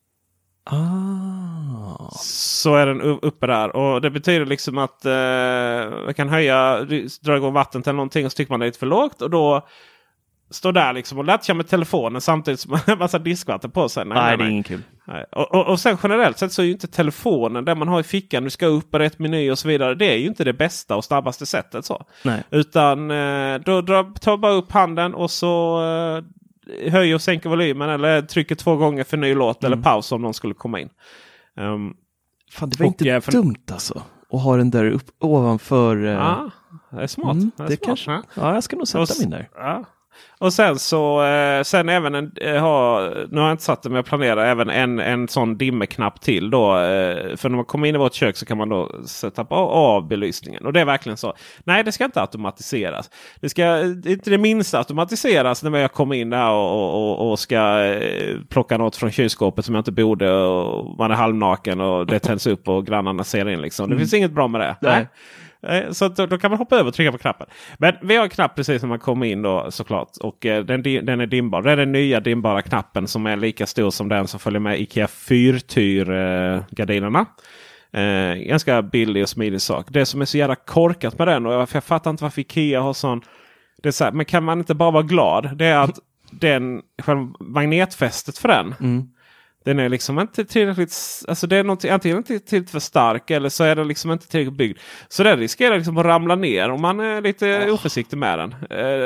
B: Så är den uppe där. Och det betyder liksom att man kan dra igång vatten till någonting, och så tycker man det är lite för lågt. Och då står där liksom och lättkör med telefonen samtidigt som man har en massa diskvatten på sig.
C: Nej, det är ingen kul.
B: Och sen generellt sett så är ju inte telefonen där man har i fickan, du ska upp på rätt meny och så vidare. Det är ju inte det bästa och snabbaste sättet så.
C: Nej.
B: Utan då tar bara upp handen och så höjer och sänker volymen, eller trycker 2 gånger för ny låt eller paus om någon skulle komma in.
C: Fan, det var inte dumt alltså. Och ha den där ovanför.
B: Ja, det är smart.
C: Det är kanske. Ja, jag ska nog sätta min där.
B: Ja. Och sen så sen även nu har jag inte satt det, men jag planerar även en sån dimmeknapp till då, för när man kommer in i vårt kök så kan man då sätta på av belysningen, och det är verkligen så. Nej, det ska inte automatiseras. Det ska inte det minsta automatiseras när jag kommer in där och ska plocka något från kylskåpet som jag inte borde, och man är halvnaken och det tänds upp och grannarna ser in liksom. Det finns inget bra med det. Nej. Så då kan man hoppa över och trycka på knappen. Men vi har en knapp precis när man kommer in då, såklart. Och den är dimbar. Det är den nya dimbara knappen som är lika stor som den som följer med Ikea fyrtyr-gardinerna. Ganska billig och smidig sak. Det som är så jävla korkat med den, och jag fattar inte varför Ikea har sån. Det är så här, men kan man inte bara vara glad? Det är att själva magnetfästet för den. Den är liksom inte tillräckligt, alltså det är någonting, antingen inte tillräckligt för stark, eller så är den liksom inte tillräckligt byggd. Så den riskerar liksom att ramla ner om man är lite oförsiktig med den.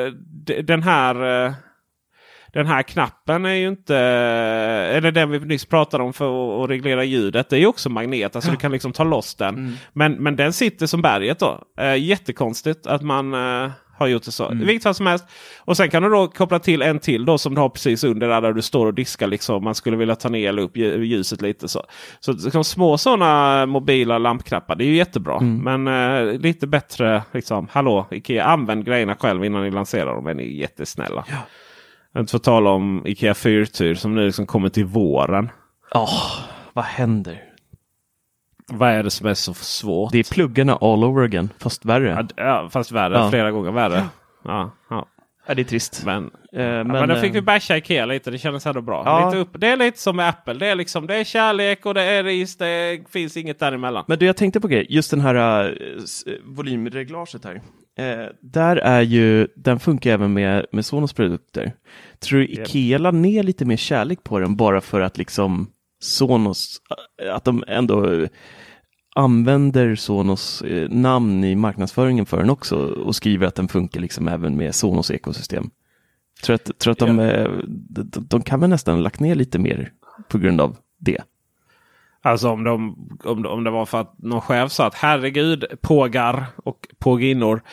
B: Den här knappen är ju inte, eller den vi nyss pratade om för att reglera ljudet, det är ju också magnet, alltså du kan liksom ta loss den. Men den sitter som berget då. Jättekonstigt att man har gjort det så. I vilket fall som helst. Och sen kan du då koppla till en till då, som du har precis under där du står och diskar liksom. Man skulle vilja ta ner eller upp ljuset lite så. Så liksom, små sådana mobila lampknappar, det är ju jättebra. Men lite bättre liksom, hallå Ikea, använd grejerna själv innan ni lanserar dem. Men ni är jättesnälla. Ja. Jag inte får tala om Ikea fyrtyr som nu liksom kommer till våren.
C: Vad händer?
B: Vad är det som är så svårt?
C: Det är pluggarna all over again, fast värre.
B: Ja, fast värre. Flera gånger värre. Ja,
C: det är trist.
B: Men då fick vi basha Ikea lite. Det kändes ändå bra. Ja. Lite upp. Det är lite som med Apple. Det är liksom, det är kärlek och det är ris. Det finns inget däremellan.
C: Men jag tänkte på grej. Just den här volymreglaget här. Där är ju, den funkar även med Sonos produkter. Tror du Ikea la ner lite mer kärlek på den bara för att liksom Sonos, att de ändå använder Sonos namn i marknadsföringen för den också, och skriver att den funkar liksom även med Sonos ekosystem. Tror att de kan väl nästan lagt ner lite mer på grund av det.
B: Alltså om det var för att någon chef sa att herregud, pågar och påginnor,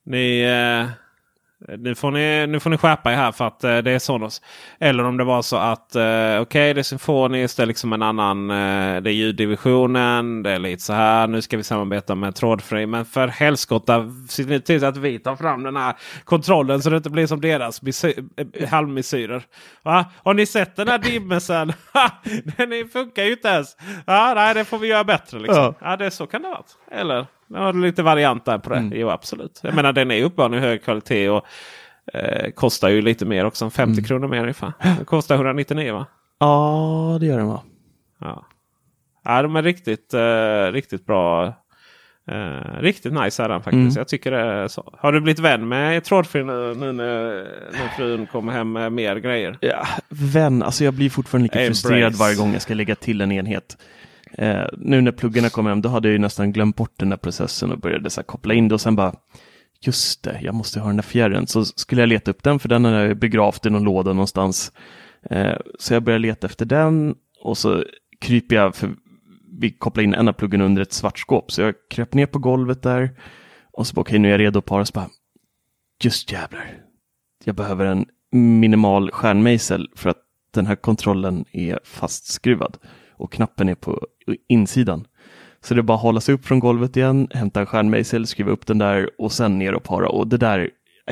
B: nu får ni skärpa er här för att det är Sonos. Eller om det var så att okej, det är symfoniskt, det är liksom en annan, det är ljuddivisionen, det är lite så här, nu ska vi samarbeta med trådfri, men för helskotta, se ni till att vi tar fram den här kontrollen så det inte blir som deras halvmesyrer. Va? Har ni sett den här dimmesen? Den funkar ju inte ens. Nej, det får vi göra bättre liksom. Ja, det så kan det vara. Eller har du lite variant där på det? Jo, absolut. Jag menar, den är uppbanan i hög kvalitet och kostar ju lite mer också. 50 kronor mer ungefär. Den kostar 199, va?
C: Ja, det gör den, va?
B: Ja, de är riktigt bra. Riktigt nice är den faktiskt. Jag tycker det är så. Har du blivit vän med trådfri nu när frun kommer hem med mer grejer?
C: Ja, vän. Alltså jag blir fortfarande lika frustrerad varje gång jag ska lägga till en enhet. Nu när pluggarna kom hem, då hade jag ju nästan glömt bort den här processen och började så här koppla in det, och sen bara, just det, jag måste ha den där fjärren. Så skulle jag leta upp den, för den är begravd i någon låda någonstans. Så jag börjar leta efter den och så kryper jag, för vi kopplar in ena pluggen under ett svart skåp. Så jag kröp ner på golvet där och så bara, okej, nu är jag redo att para. Så bara, just jävlar, jag behöver en minimal stjärnmejsel för att den här kontrollen är fastskruvad och knappen är på insidan. Så det är bara att hålla sig upp från golvet igen, hämta en stjärnmejsel, skriva upp den där och sen ner och para. Och det där,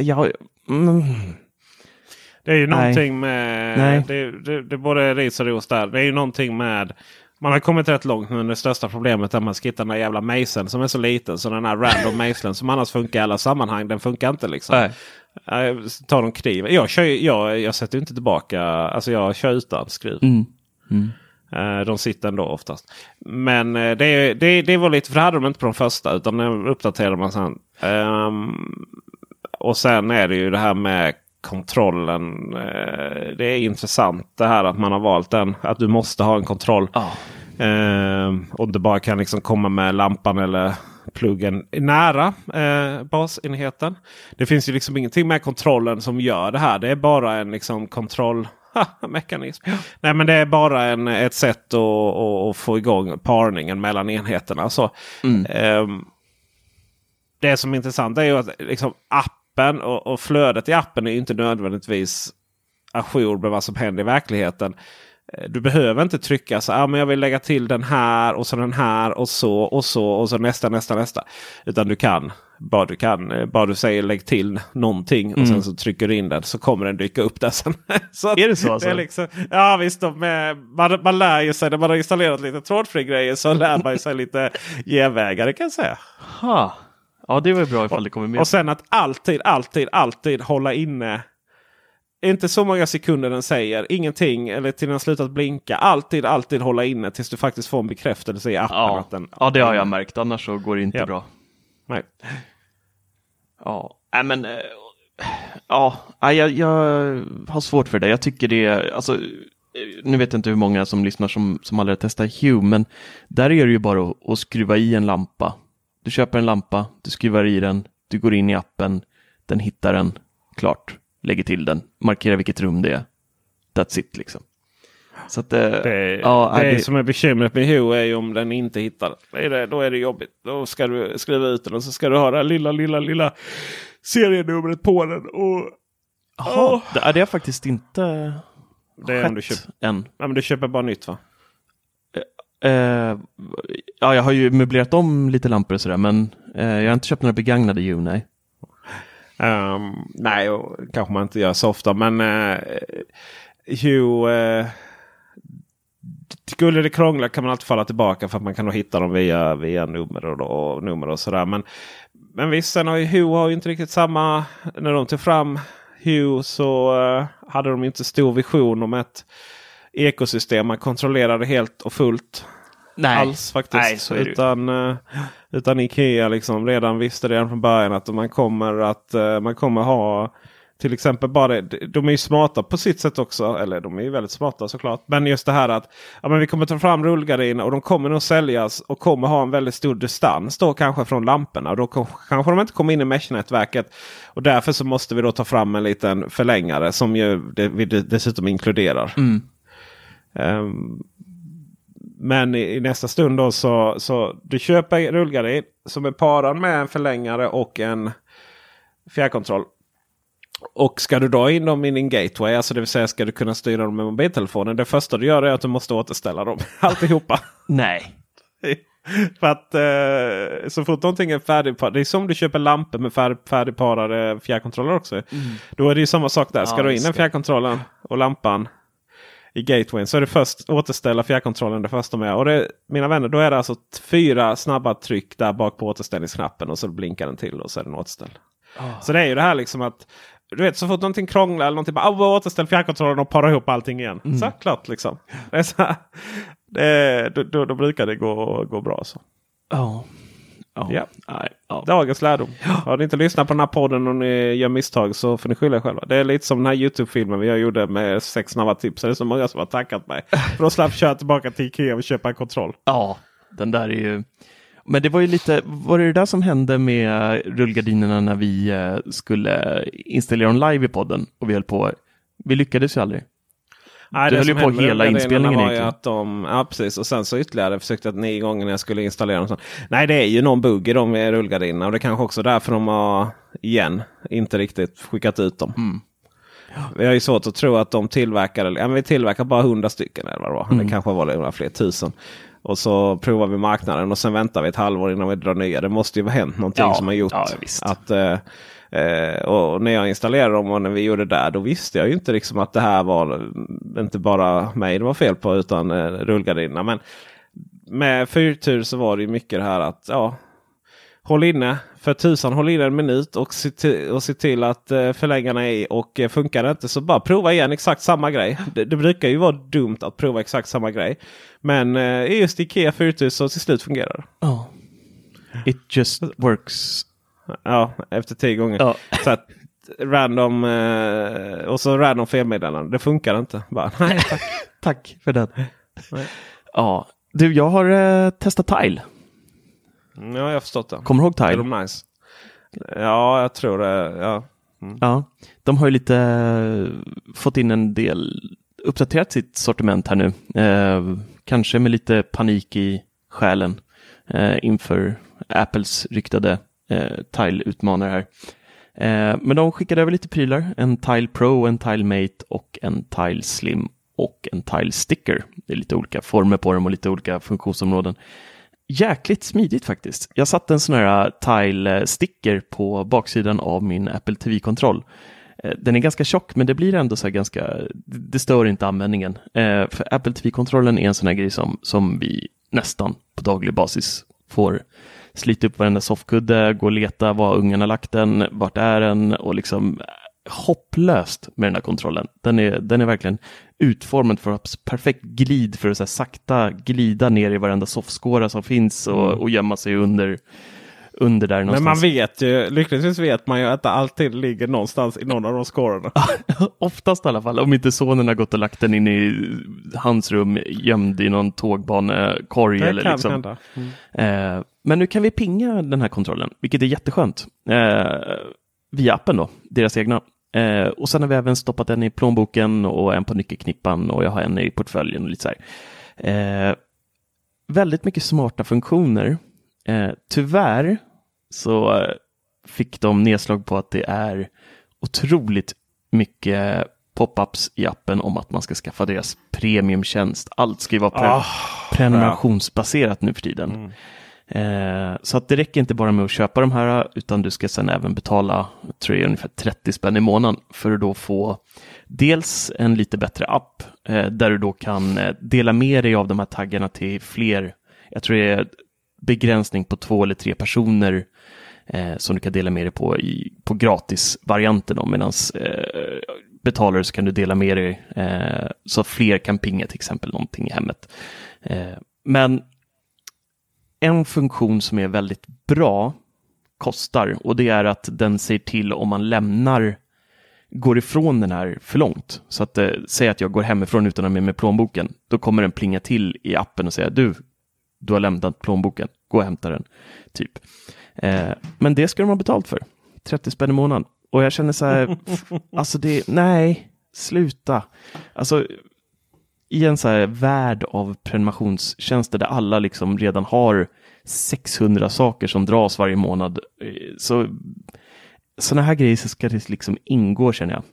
B: Det är ju någonting med, det både ris och ros där. Det är ju någonting med, man har kommit rätt långt, men det största problemet är att man ska hitta den där jävla mejseln som är så liten. Så den här random mejseln som annars funkar i alla sammanhang, den funkar inte liksom.
C: Nej.
B: Tar de kniven. Jag sätter inte tillbaka, alltså jag kör utan skruv. De sitter ändå oftast. Men det var lite, för det hade de inte på de första, utan det uppdaterade man sen. Och sen är det ju det här med kontrollen. Det är intressant det här att man har valt den. Att du måste ha en kontroll. Och du bara kan liksom komma med lampan eller pluggen nära basenheten. Det finns ju liksom ingenting med kontrollen som gör det här. Det är bara en liksom kontrollmekanism. Nej, men det är bara ett sätt att få igång parningen mellan enheterna. Så, det som är intressant är ju att liksom appen och flödet i appen är inte nödvändigtvis ajour med vad som händer i verkligheten. Du behöver inte trycka så men jag vill lägga till den här och så den här och så nästa. Utan du kan bara du säger lägg till någonting och sen så trycker du in den, så kommer den dyka upp där sen. Så
C: är det så alltså?
B: Det är liksom, ja visst, man lär ju sig när man har installerat lite trådfri grejer, så lär man sig lite genvägar, kan jag säga.
C: Ja, det var bra ifall det kommer med.
B: Och sen att alltid hålla inne. Inte så många sekunder den säger ingenting eller till den har slutat blinka. Alltid hålla inne tills du faktiskt får en bekräftelse i appen.
C: Ja,
B: att den,
C: ja, det har jag märkt. Annars så går det inte bra.
B: Nej.
C: Ja, men jag har svårt för det. Jag tycker det är, alltså, nu vet jag inte hur många som lyssnar som aldrig testar Hue, men där är det ju bara att skruva i en lampa. Du köper en lampa, du skruvar i den, du går in i appen, den hittar den, klart. Lägger till den, markerar vilket rum det är. That's it liksom. Så att, det som är bekymret med Hue är ju om den inte hittar det. Då är det jobbigt. Då ska du skriva ut den och så ska du ha det här lilla serienumret på den. Det är det faktiskt inte.
B: Det är om du köper
C: än.
B: Ja, men du köper bara nytt, va?
C: Jag har ju möblerat om lite lampor och sådär, men jag har inte köpt några begagnade Hue, nej.
B: Nej, och kanske man inte gör så ofta, men Hue, skulle det krångla kan man alltid falla tillbaka, för att man kan då hitta dem via nummer och sådär. Men visst, sen har ju Hue inte riktigt samma. När de tog fram Hue så hade de inte stor vision om ett ekosystem man kontrollerade helt och fullt.
C: Nej.
B: Alls faktiskt.
C: Nej, så är det
B: utan Ikea liksom redan visste redan från början att man kommer ha till exempel bara, de är ju smarta på sitt sätt också, eller de är ju väldigt smarta såklart, men just det här att men vi kommer ta fram rullgardiner och de kommer nog säljas och kommer ha en väldigt stor distans då kanske från lamporna, och då kanske de inte kommer in i mesh-nätverket, och därför så måste vi då ta fram en liten förlängare som ju vi dessutom inkluderar. Men i nästa stund då så du köper rullgardin som är parad med en förlängare och en fjärrkontroll. Och ska du dra in dem i din gateway, alltså det vill säga ska du kunna styra dem med mobiltelefonen, det första du gör är att du måste återställa dem alltihopa.
C: Nej.
B: För att så fort någonting är färdigparat, det är som du köper lampor med färdigparade fjärrkontroller också. Då är det ju samma sak där. Ska du in den fjärrkontrollen och lampan i gatewayn, så är det först återställa fjärrkontrollen det första med. Och det, mina vänner, då är det alltså 4 snabba tryck där bak på återställningsknappen, och så blinkar den till och så är den återställd. Så det är ju det här liksom att du vet, så fort någonting krånglar eller någonting, bara återställ fjärrkontrollen och para ihop allting igen. Så klart liksom. Det är så här, då brukar det gå bra så. Dagens lärdom. Har ni inte lyssnat på den här podden och ni gör misstag, så får ni skylla er själva. Det är lite som den här YouTube-filmen vi gjorde med 6 snabba tips. Det är så många som har tackat mig för att slapp köra tillbaka till Ikea och köpa en kontroll.
C: Ja, den där är ju... Men det var ju lite, var det där som hände med rullgardinerna när vi skulle installera dem live i podden och vi lyckades ju aldrig.
B: Nej,
C: du höll ju på hela inspelningen
B: var ju att ja, precis. Och sen så ytterligare försökte jag 9 gånger när jag skulle installera dem. Så. Nej, det är ju någon bugg i de rullgardinerna. Och det är kanske också därför de har, inte riktigt skickat ut dem.
C: Mm.
B: Vi har ju svårt att tro att de vi tillverkar bara 100 stycken. Eller vad det, det kanske var några fler tusen. Och så provar vi marknaden och sen väntar vi ett halvår innan vi drar nya. Det måste ju ha hänt någonting som har gjort att... och när jag installerade dem och när vi gjorde det där, då visste jag ju inte liksom att det här var inte bara mig det var fel på utan rullgardinerna. Men med fyrtur så var det ju mycket det här att håll inne för 1000, håll inne en minut och se till att förlängarna är och funkar det inte så bara prova igen exakt samma grej. Det brukar ju vara dumt att prova exakt samma grej. Men just Ikea fyrtur så till slut fungerar det.
C: Oh. It just works.
B: Ja, efter 10 gånger. Ja. Så att random och så random felmeddelanden. Det funkar inte. Bara, nej, tack.
C: Tack för det. Ja, du, jag har testat Tile.
B: Ja, jag har förstått det.
C: Kommer du ihåg Tile?
B: Är de nice? Ja, jag tror det. Ja.
C: Ja, de har ju lite fått in en del, uppdaterat sitt sortiment här nu. Kanske med lite panik i själen inför Apples ryktade Tile-utmanare här. Men de skickade över lite prylar. En Tile Pro, en Tile Mate och en Tile Slim och en Tile Sticker. Det är lite olika former på dem och lite olika funktionsområden. Jäkligt smidigt faktiskt. Jag satte en sån här Tile Sticker på baksidan av min Apple TV-kontroll. Den är ganska tjock men det blir ändå så här det stör inte användningen. För Apple TV-kontrollen är en sån här grej som vi nästan på daglig basis får slita upp varenda soffkudde, gå och leta var ungen har lagt den, vart är den och liksom hopplöst med den här kontrollen. Den är verkligen utformad för perfekt glid för att så här sakta glida ner i varenda soffskåra som finns och gömma sig under där någonstans. Men man vet ju, lyckligtvis vet man ju att det alltid ligger någonstans i någon av de skårorna. Oftast i alla fall, om inte sonen har gått och lagt den in i hans rum gömd i någon tågbanekorg eller
B: kan
C: liksom.
B: Hända.
C: Men nu kan vi pinga den här kontrollen, vilket är jätteskönt. Via appen då, deras egna. Och sen har vi även stoppat en i plånboken och en på nyckelknippan och jag har en i portföljen och lite så här. Väldigt mycket smarta funktioner. Tyvärr så fick de nedslag på att det är otroligt mycket pop-ups i appen om att man ska skaffa deras premiumtjänst. Allt ska ju vara prenumerationsbaserat nu för tiden. Så att det räcker inte bara med att köpa de här utan du ska sedan även betala, tror jag, ungefär 30 spänn i månaden för att då få dels en lite bättre app där du då kan dela med dig av de här taggarna till fler. Jag tror det är begränsning på 2 eller 3 personer som du kan dela med dig på gratisvarianten medan betalar så kan du dela med dig så att fler kan pinga till exempel någonting i hemmet. Men en funktion som är väldigt bra kostar och det är att den säger till om man går ifrån den här för långt. Så att säg att jag går hemifrån utan att ha med plånboken. Då kommer den plinga till i appen och säga du har lämnat plånboken. Gå och hämta den. Typ. Men det ska de ha betalt för. 30 spänn i månaden. Och jag känner så här, alltså nej, sluta. Alltså i en så här värld av prenumerationstjänster där alla liksom redan har 600 saker som dras varje månad. Så sådana här grejer ska det liksom ingå, känner jag.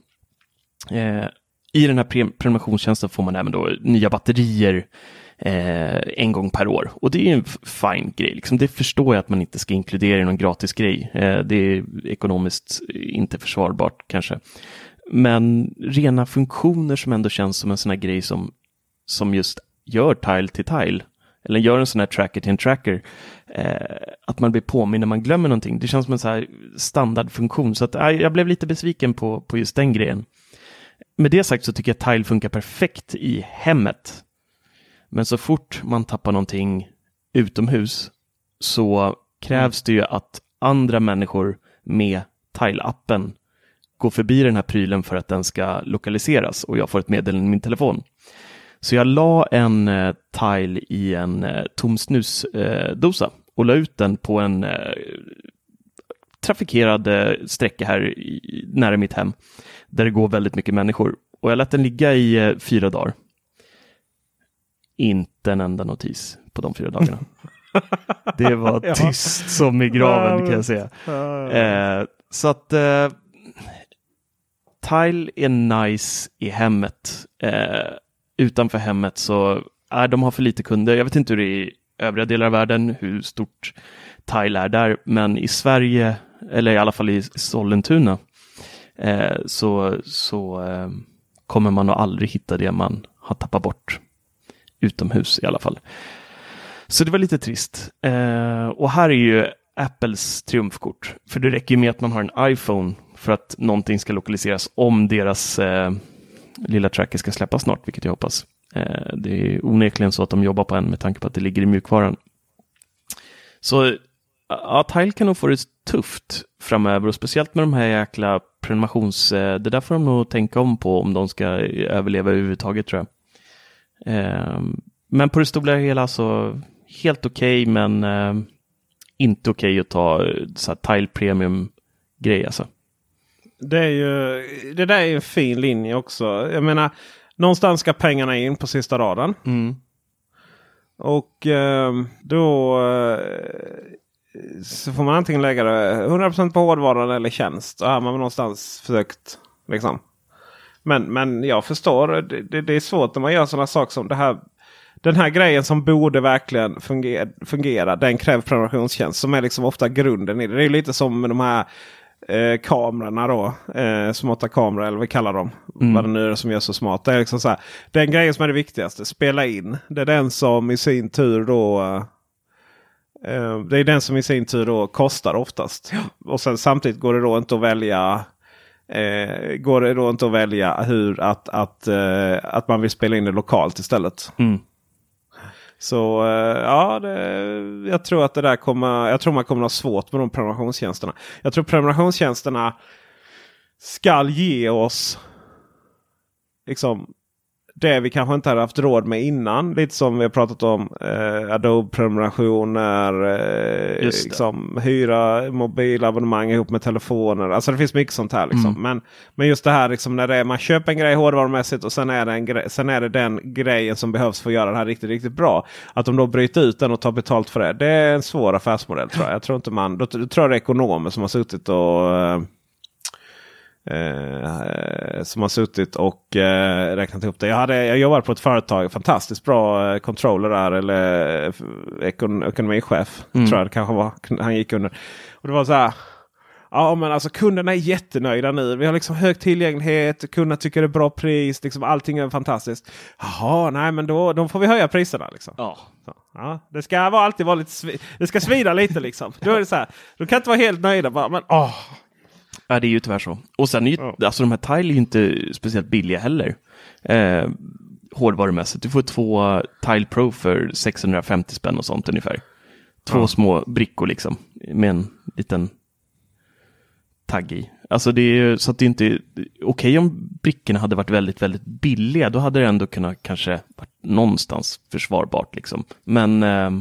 C: I den här prenumerationstjänsten får man även då nya batterier en gång per år. Och det är en fin grej. Liksom. Det förstår jag att man inte ska inkludera i någon gratis grej. Det är ekonomiskt inte försvarbart kanske. Men rena funktioner som ändå känns som en sån här grej som just gör Tile till Tile. Eller gör en sån här tracker till en tracker. Att man blir påminn när man glömmer någonting. Det känns som en så här standardfunktion. Så att, jag blev lite besviken på just den grejen. Med det sagt så tycker jag att Tile funkar perfekt i hemmet. Men så fort man tappar någonting utomhus så krävs det ju att andra människor med Tile-appen går förbi den här prylen för att den ska lokaliseras och jag får ett meddelande i min telefon. Så jag la en Tile i en tom snusdosa och la ut den på en trafikerad sträcka här nära mitt hem där det går väldigt mycket människor. Och jag lät den ligga i 4 dagar. Inte en enda notis på de 4 dagarna. Det var tyst som i graven kan jag säga. Så att Tile är nice i hemmet. Utanför hemmet så de har för lite kunder. Jag vet inte hur det är i övriga delar av världen, hur stort Tile är där. Men i Sverige, eller i alla fall i Sollentuna, så kommer man nog aldrig hitta det man har tappat bort utomhus i alla fall. Så det var lite trist. Och här är ju Apples triumfkort. För det räcker ju med att man har en iPhone för att någonting ska lokaliseras om deras lilla tracker ska släppas snart, vilket jag hoppas. Det är onekligen så att de jobbar på en med tanke på att det ligger i mjukvaran. Så Tile kan nog få det tufft framöver, och speciellt med de här jäkla det där får de nog tänka om på om de ska överleva överhuvudtaget, tror jag. Men på det stora hela så helt okej, men inte okej att ta så här Tile Premium-grej alltså.
B: Det där är en fin linje också. Jag menar, någonstans ska pengarna in på sista raden. Och då så får man antingen lägga det 100% på hårdvaran eller tjänst. Och här har man någonstans försökt liksom. Men jag förstår, det är svårt när man gör sådana saker som det här. Den här grejen som borde verkligen fungera, den kräver prenumerationstjänst som är liksom ofta grunden i det. Det är lite som med de här kamerorna då. Smarta kameror eller vad vi kallar dem. Vad det nu är som gör så smart. Det är liksom så här, den grejen som är det viktigaste, spela in. Det är den som i sin tur då kostar oftast. Ja. Och sen samtidigt går det då inte att välja hur att man vill spela in det lokalt istället. Så jag tror att det där jag tror man kommer att ha svårt med de prenumerationstjänsterna. Jag tror prenumerationstjänsterna ska ge oss liksom det vi kanske inte hade haft råd med innan. Lite som vi har pratat om Adobe-prenumerationer, liksom, hyra mobilabonnemang ihop med telefoner. Alltså det finns mycket sånt här. Liksom. Men just det här liksom, när man köper en grej hårdvarumässigt och sen är det den grejen som behövs för att göra det här riktigt, riktigt bra. Att de då bryter ut den och tar betalt för det. Det är en svår affärsmodell, tror jag. Jag tror inte då tror jag det är ekonomer som har suttit och räknat ihop det. Jag jobbade på ett företag, fantastiskt bra controller där, eller ekonomichef tror jag det kanske var, han gick under. Och det var så här, ja men alltså kunderna är jättenöjda nu. Vi har liksom hög tillgänglighet, kunderna tycker det är bra pris, liksom allting är fantastiskt. Jaha, nej men då får vi höja priserna liksom. Ja. Det ska alltid vara lite det ska svida lite liksom. Då är det så här, du kan inte vara helt nöjda bara, men
C: Ja, det är ju tyvärr så. Och sen är ju, alltså de här Tile är ju inte speciellt billiga heller. Hårdvarumässigt. Du får 2 Tile Pro för 650 spänn och sånt ungefär. 2 små brickor liksom. Med en liten tagg i. Alltså det är ju så att det inte okej om brickorna hade varit väldigt, väldigt billiga. Då hade det ändå kunnat kanske varit någonstans försvarbart liksom. Men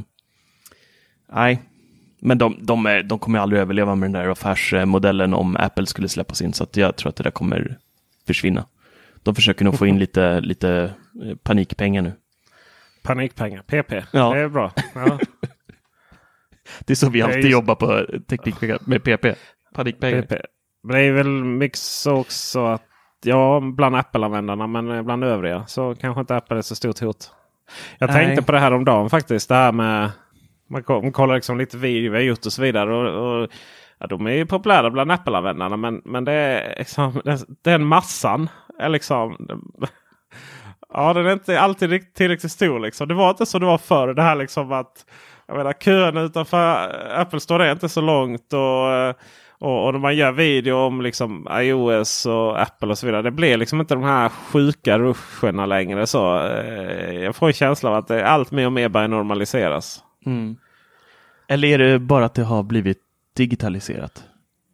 C: nej. Men de kommer aldrig överleva med den där affärsmodellen om Apple skulle släppas in. Så att jag tror att det där kommer försvinna. De försöker nog få in lite panikpengar nu.
B: Panikpengar, PP.
C: Ja.
B: Det är bra. Ja.
C: Det är så vi alltid jobbar på teknikpengar med PP. Panikpengar.
B: PP. Men det är väl mycket så också att bland Apple-användarna, men bland övriga så kanske inte Apple är så stort hot. Jag tänkte på det här om dagen faktiskt. Det här med man kollar liksom lite video vi har gjort och så vidare. Och de är ju populära bland Apple-användarna. Men det är liksom, den massan är liksom... den är inte alltid tillräckligt stor. Liksom. Det var inte så det var förr. Det här liksom att... Jag menar, kön utanför Apple Store är inte så långt. Och när man gör video om liksom iOS och Apple och så vidare. Det blir liksom inte de här sjuka ruscherna längre. Så jag får en känsla av att det allt mer och mer börjar normaliseras.
C: Eller är det bara att det har blivit digitaliserat?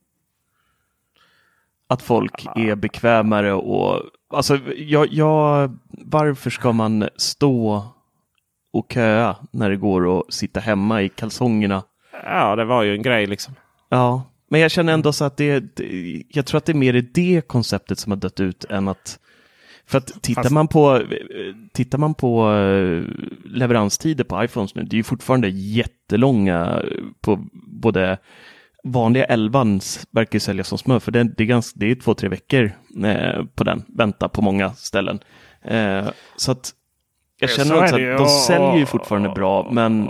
C: Att folk är bekvämare och... Alltså, varför ska man stå och köa när det går att sitta hemma i kalsongerna.
B: Ja, det var ju en grej liksom.
C: Ja, men jag känner ändå så att jag tror att det är mer det konceptet som har dött ut än att... För att tittar man på leveranstider på iPhones nu, det är ju fortfarande jättelånga på både vanliga 11:ans verkar sälja som smör, för det är 2-3 veckor på den, vänta på många ställen. Så att jag känner också att de säljer ju fortfarande bra, men...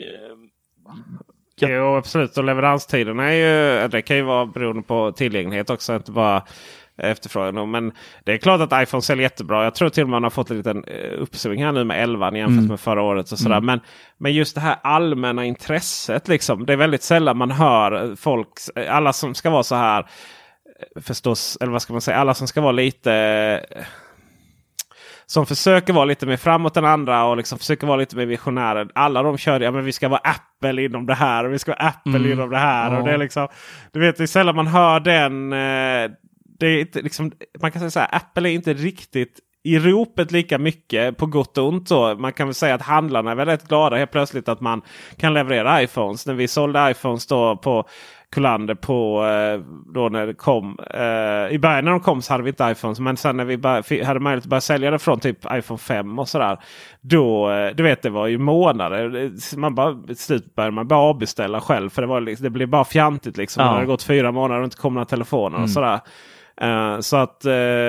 B: Jo, absolut. Och leveranstiderna är ju, det kan ju vara beroende på tillgänglighet också, inte bara efterfrågan. Men det är klart att iPhone säljer jättebra. Jag tror till och med man har fått en liten uppsving här nu med 11 jämfört med förra året. Och sådär. Men just det här allmänna intresset, liksom, det är väldigt sällan man hör folk, alla som ska vara så här, förstås, eller vad ska man säga, alla som ska vara lite... som försöker vara lite mer framåt än andra och liksom försöker vara lite mer visionärer. Alla de kör, men vi ska vara Apple inom det här och vi ska vara Apple inom det här. Och det är liksom, du vet, det är sällan man hör den... det är inte, liksom, man kan säga så här, Apple är inte riktigt i ropet lika mycket på gott och ont. Så man kan väl säga att handlarna är väldigt glada helt plötsligt att man kan leverera iPhones. När vi sålde iPhones då på Kullander på då när det kom i början när de kom så hade vi inte iPhones, men sen när vi hade möjlighet att börja sälja det från typ iPhone 5 och sådär, då du vet, det var ju månader, man bara slut började man bara avbeställa själv, för det var liksom, det blev bara fjantigt liksom. Det hade gått 4 månader och inte kom några telefoner och sådär. Så att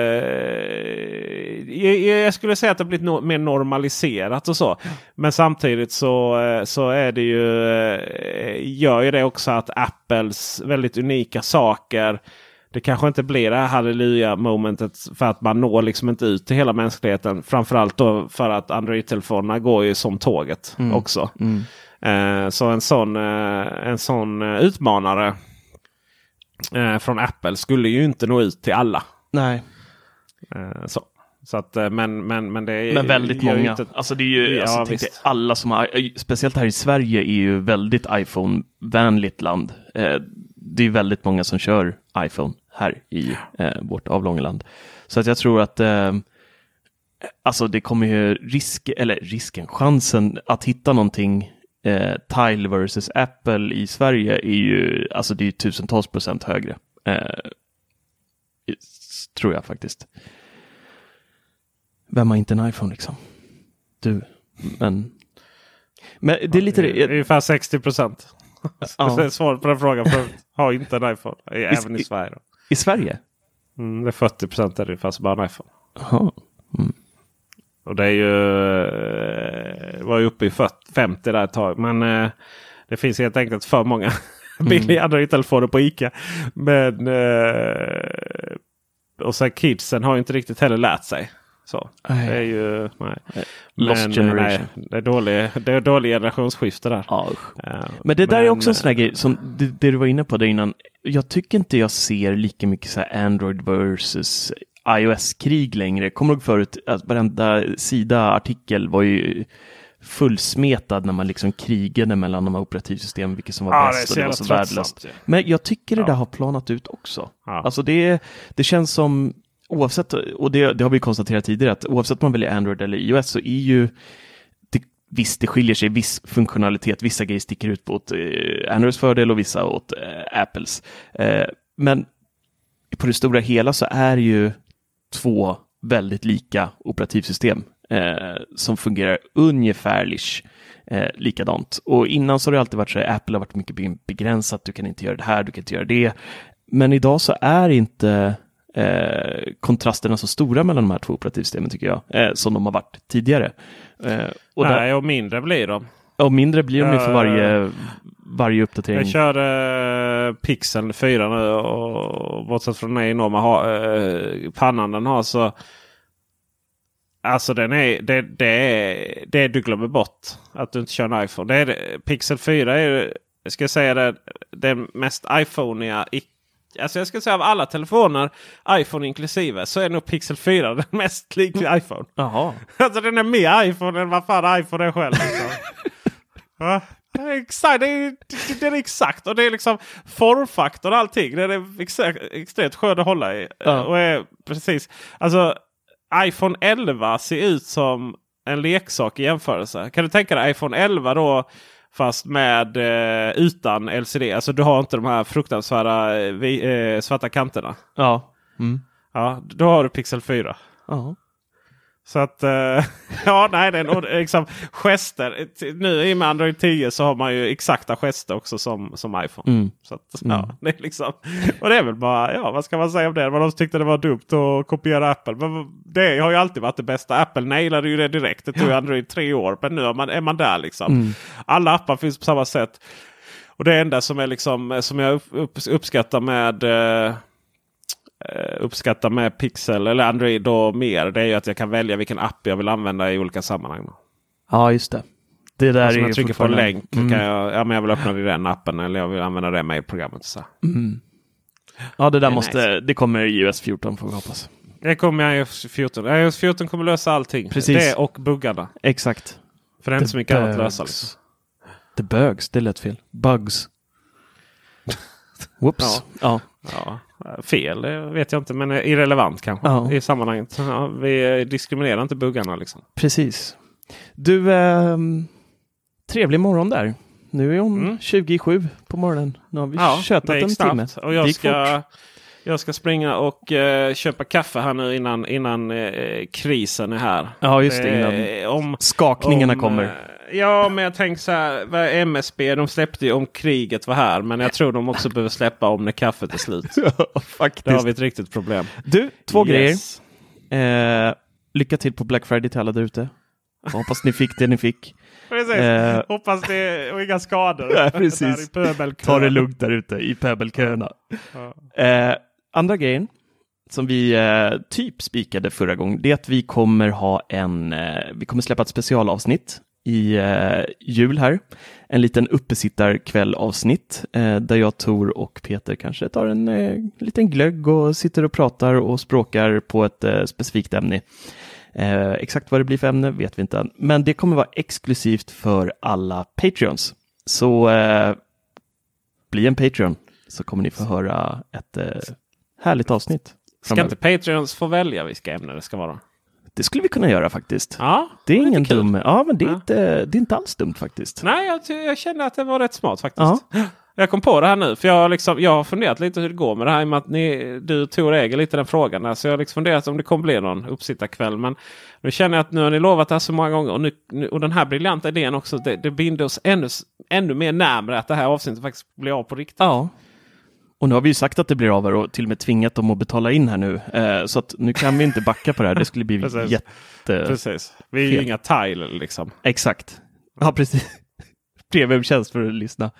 B: jag skulle säga att det har blivit mer normaliserat och så. Men samtidigt så är det ju, gör ju det också att Apples väldigt unika saker, det kanske inte blir det här halleluja-momentet för att man når liksom inte ut till hela mänskligheten. Framförallt då för att Android-telefonerna går ju som tåget också. Så en sån utmanare från Apple skulle ju inte nå ut till alla.
C: Nej.
B: Så att, men det är...
C: Men väldigt många.
B: Inte...
C: Alltså det är ju, alla som har, speciellt här i Sverige är ju väldigt iPhone-vänligt land. Det är väldigt många som kör iPhone här i vårt avlånga land. Så att jag tror att alltså det kommer ju chansen att hitta någonting Tile versus Apple i Sverige är ju, alltså det är ju tusentals % högre. Tror jag faktiskt. Vem har inte en iPhone liksom? Du. Men det är lite...
B: Ungefär 60%. Det är svaret på den frågan. För har inte en iPhone. Även i Sverige. Då.
C: I Sverige?
B: Det är 40% är det fast bara en iPhone.
C: Jaha.
B: Och det är ju... var ju uppe i 50 där ett tag. Men det finns helt enkelt för många billiga Android-telefoner på Ica. Men... och så kidsen har ju inte riktigt heller lärt sig. Så. Det är ju...
C: Lost generation.
B: Det är dålig generationsskifte där.
C: Men det där är också en sån här grej som det du var inne på där innan. Jag tycker inte jag ser lika mycket så här Android versus iOS-krig längre. Kommer du förut att varenda artikel var ju fullsmetad när man liksom krigade mellan de här operativsystemen, vilket som var bäst, och det var så värdelöst. Men jag tycker det där har planat ut också. Alltså det känns som, oavsett, och det har vi konstaterat tidigare, att oavsett om man väljer Android eller iOS så är ju visst, det skiljer sig viss funktionalitet, vissa grejer sticker ut åt Androids fördel och vissa åt Apples. Men på det stora hela så är ju 2 väldigt lika operativsystem som fungerar ungefärligt likadant. Och innan så har det alltid varit så att Apple har varit mycket begränsat, du kan inte göra det här, du kan inte göra det. Men idag så är inte kontrasterna så stora mellan de här 2 operativsystemen, tycker jag, som de har varit tidigare.
B: Och mindre blir de.
C: Och mindre blir de ju för varje uppdatering. Jag
B: kör Pixel 4 nu, och bortsett från den enorma pannan den har, så alltså den är det du glömmer bort att du inte kör en iPhone. Pixel 4 är, jag ska säga det mest iPhoneiga. Alltså jag ska säga av alla telefoner, iPhone inklusive, så är nog Pixel 4 den mest lik iPhone.
C: Jaha.
B: Alltså den är mer iPhone än vad fan iPhone är själv. Exakt, det är exakt. Och det är liksom formfaktor och allting. Det är extremt skönt att hålla i. Och är precis. Alltså iPhone 11 ser ut som en leksak i jämförelse. Kan du tänka dig iPhone 11 då fast med utan LCD? Alltså du har inte de här fruktansvärda svarta kanterna.
C: Ja.
B: Ja, då har du Pixel 4.
C: Ja.
B: Så att det är en liksom gester. Nu i med Android 10 så har man ju exakta gester också som iPhone. Så att, det är liksom, och det är väl bara, vad ska man säga om det? Men de tyckte det var dumt att kopiera Apple. Men det har ju alltid varit det bästa. Apple nailade ju det direkt. Det tog Android 3 år. Men nu är man där liksom. Alla appar finns på samma sätt. Och det enda som är liksom, som jag uppskattar med Pixel eller Android och mer, det är ju att jag kan välja vilken app jag vill använda i olika sammanhang.
C: Ja, just det. Det där
B: alltså
C: är
B: jag trycker på en länk kan jag vill öppna i den appen eller jag vill använda det mailprogrammet. Så.
C: Ja, det där det kommer i iOS 14 får vi hoppas.
B: Det kommer i iOS 14. iOS 14 kommer lösa allting.
C: Precis.
B: Det och buggarna.
C: Exakt.
B: För det är inte så mycket annat att lösa. Liksom.
C: The bugs, det lät fel. Bugs. Whoops. Ja.
B: Fel, det vet jag inte, men irrelevant kanske i sammanhanget. Ja, vi diskriminerar inte buggarna liksom.
C: Precis. Du, trevlig morgon där. Nu är hon 27 på morgonen. Nu har vi tjötat en timme.
B: Och jag ska springa och köpa kaffe här nu innan krisen är här.
C: Ja, just det. Innan skakningarna kommer.
B: Ja, men jag tänkte så här, MSB, de släppte ju om kriget var här. Men jag tror de också behöver släppa om när kaffet är slut.
C: Faktiskt.
B: Då har vi ett riktigt problem.
C: Du, 2 grejer. Lycka till på Black Friday till alla där ute. Hoppas ni fick det ni fick.
B: Precis. Hoppas det och inga skador.
C: Ja, precis. Ta det lugnt där ute i pöbelköerna. Andra grejen som vi typ spikade förra gången, det är att vi kommer släppa ett specialavsnitt i jul här. En liten uppesittarkvällavsnitt där jag, Tor och Peter kanske tar en liten glögg och sitter och pratar och språkar på ett specifikt ämne. Exakt vad det blir för ämne vet vi inte än. Men det kommer vara exklusivt för alla Patreons. Så bli en Patreon så kommer ni få höra ett härligt avsnitt.
B: Ska inte Patreons få välja vilka ämnen det ska vara?
C: Det skulle vi kunna göra faktiskt.
B: Ja,
C: det är ingen dum. Ja, men det är inte alls dumt faktiskt.
B: Nej, jag känner att det var rätt smart faktiskt. Ja. Jag kom på det här nu, för jag har funderat lite hur det går med det här, i och med att du tog äger lite den frågan där, så jag har liksom funderat om det kommer bli någon uppsittarkväll, men nu känner jag att nu har ni lovat det här så många gånger och den här briljanta idén också, det binder oss ännu mer närmare att det här avsnittet faktiskt blir av på riktigt.
C: Ja. Och nu har vi ju sagt att det blir av här och till och med tvingat dem att betala in här nu. Så att nu kan vi inte backa på det här. Det skulle bli
B: Precis. Vi är ju inga tile liksom.
C: Exakt. Ja, precis. Premiumtjänst för att lyssna.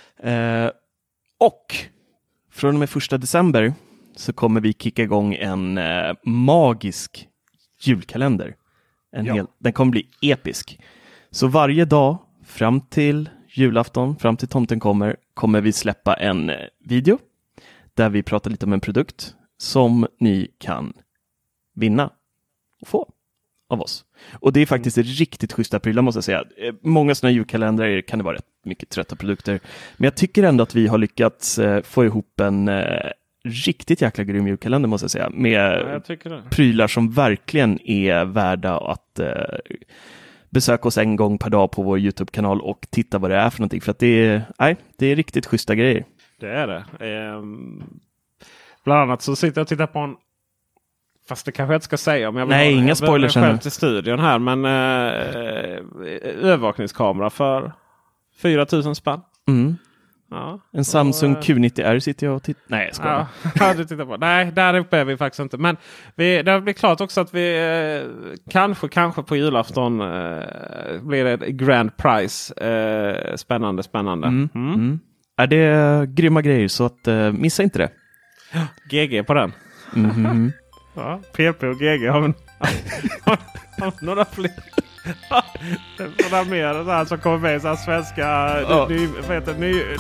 C: Och från och med 1 december så kommer vi kicka igång en magisk julkalender. Den kommer bli episk. Så varje dag fram till julafton, fram till tomten kommer vi släppa en video där vi pratar lite om en produkt som ni kan vinna och få av oss. Och det är faktiskt riktigt schyssta prylar måste jag säga. Många sådana julkalendrar kan det vara rätt mycket trötta produkter. Men jag tycker ändå att vi har lyckats få ihop en riktigt jäkla grym julkalender måste jag säga. Med prylar som verkligen är värda att besöka oss en gång per dag på vår YouTube-kanal och titta vad det är för någonting. För att det är riktigt schyssta grejer.
B: Det är det. Bland annat så sitter jag och tittar på en... Fast det kanske jag inte ska säga. Om jag vill
C: inga spoilers.
B: Jag själv till studion här. Men övervakningskamera för 4 000 spänn.
C: Mm. Ja, en Samsung Q90R sitter jag och tittar. Nej, jag skojar.
B: Ja, du tittar på. Nej, där uppe är vi faktiskt inte. Men det blir klart också att vi kanske på julafton blir det ett grand prize. Spännande.
C: Är det grymma grejer så att missa inte det.
B: GG på den.
C: Mm-hmm.
B: Ja, PP och GG har några fler. Några mer så här som kommer med så här svenska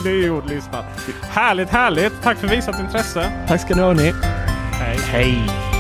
B: nyordlistan. Härligt. Tack för visat intresse.
C: Tack ska ni ha ni.
B: Hej.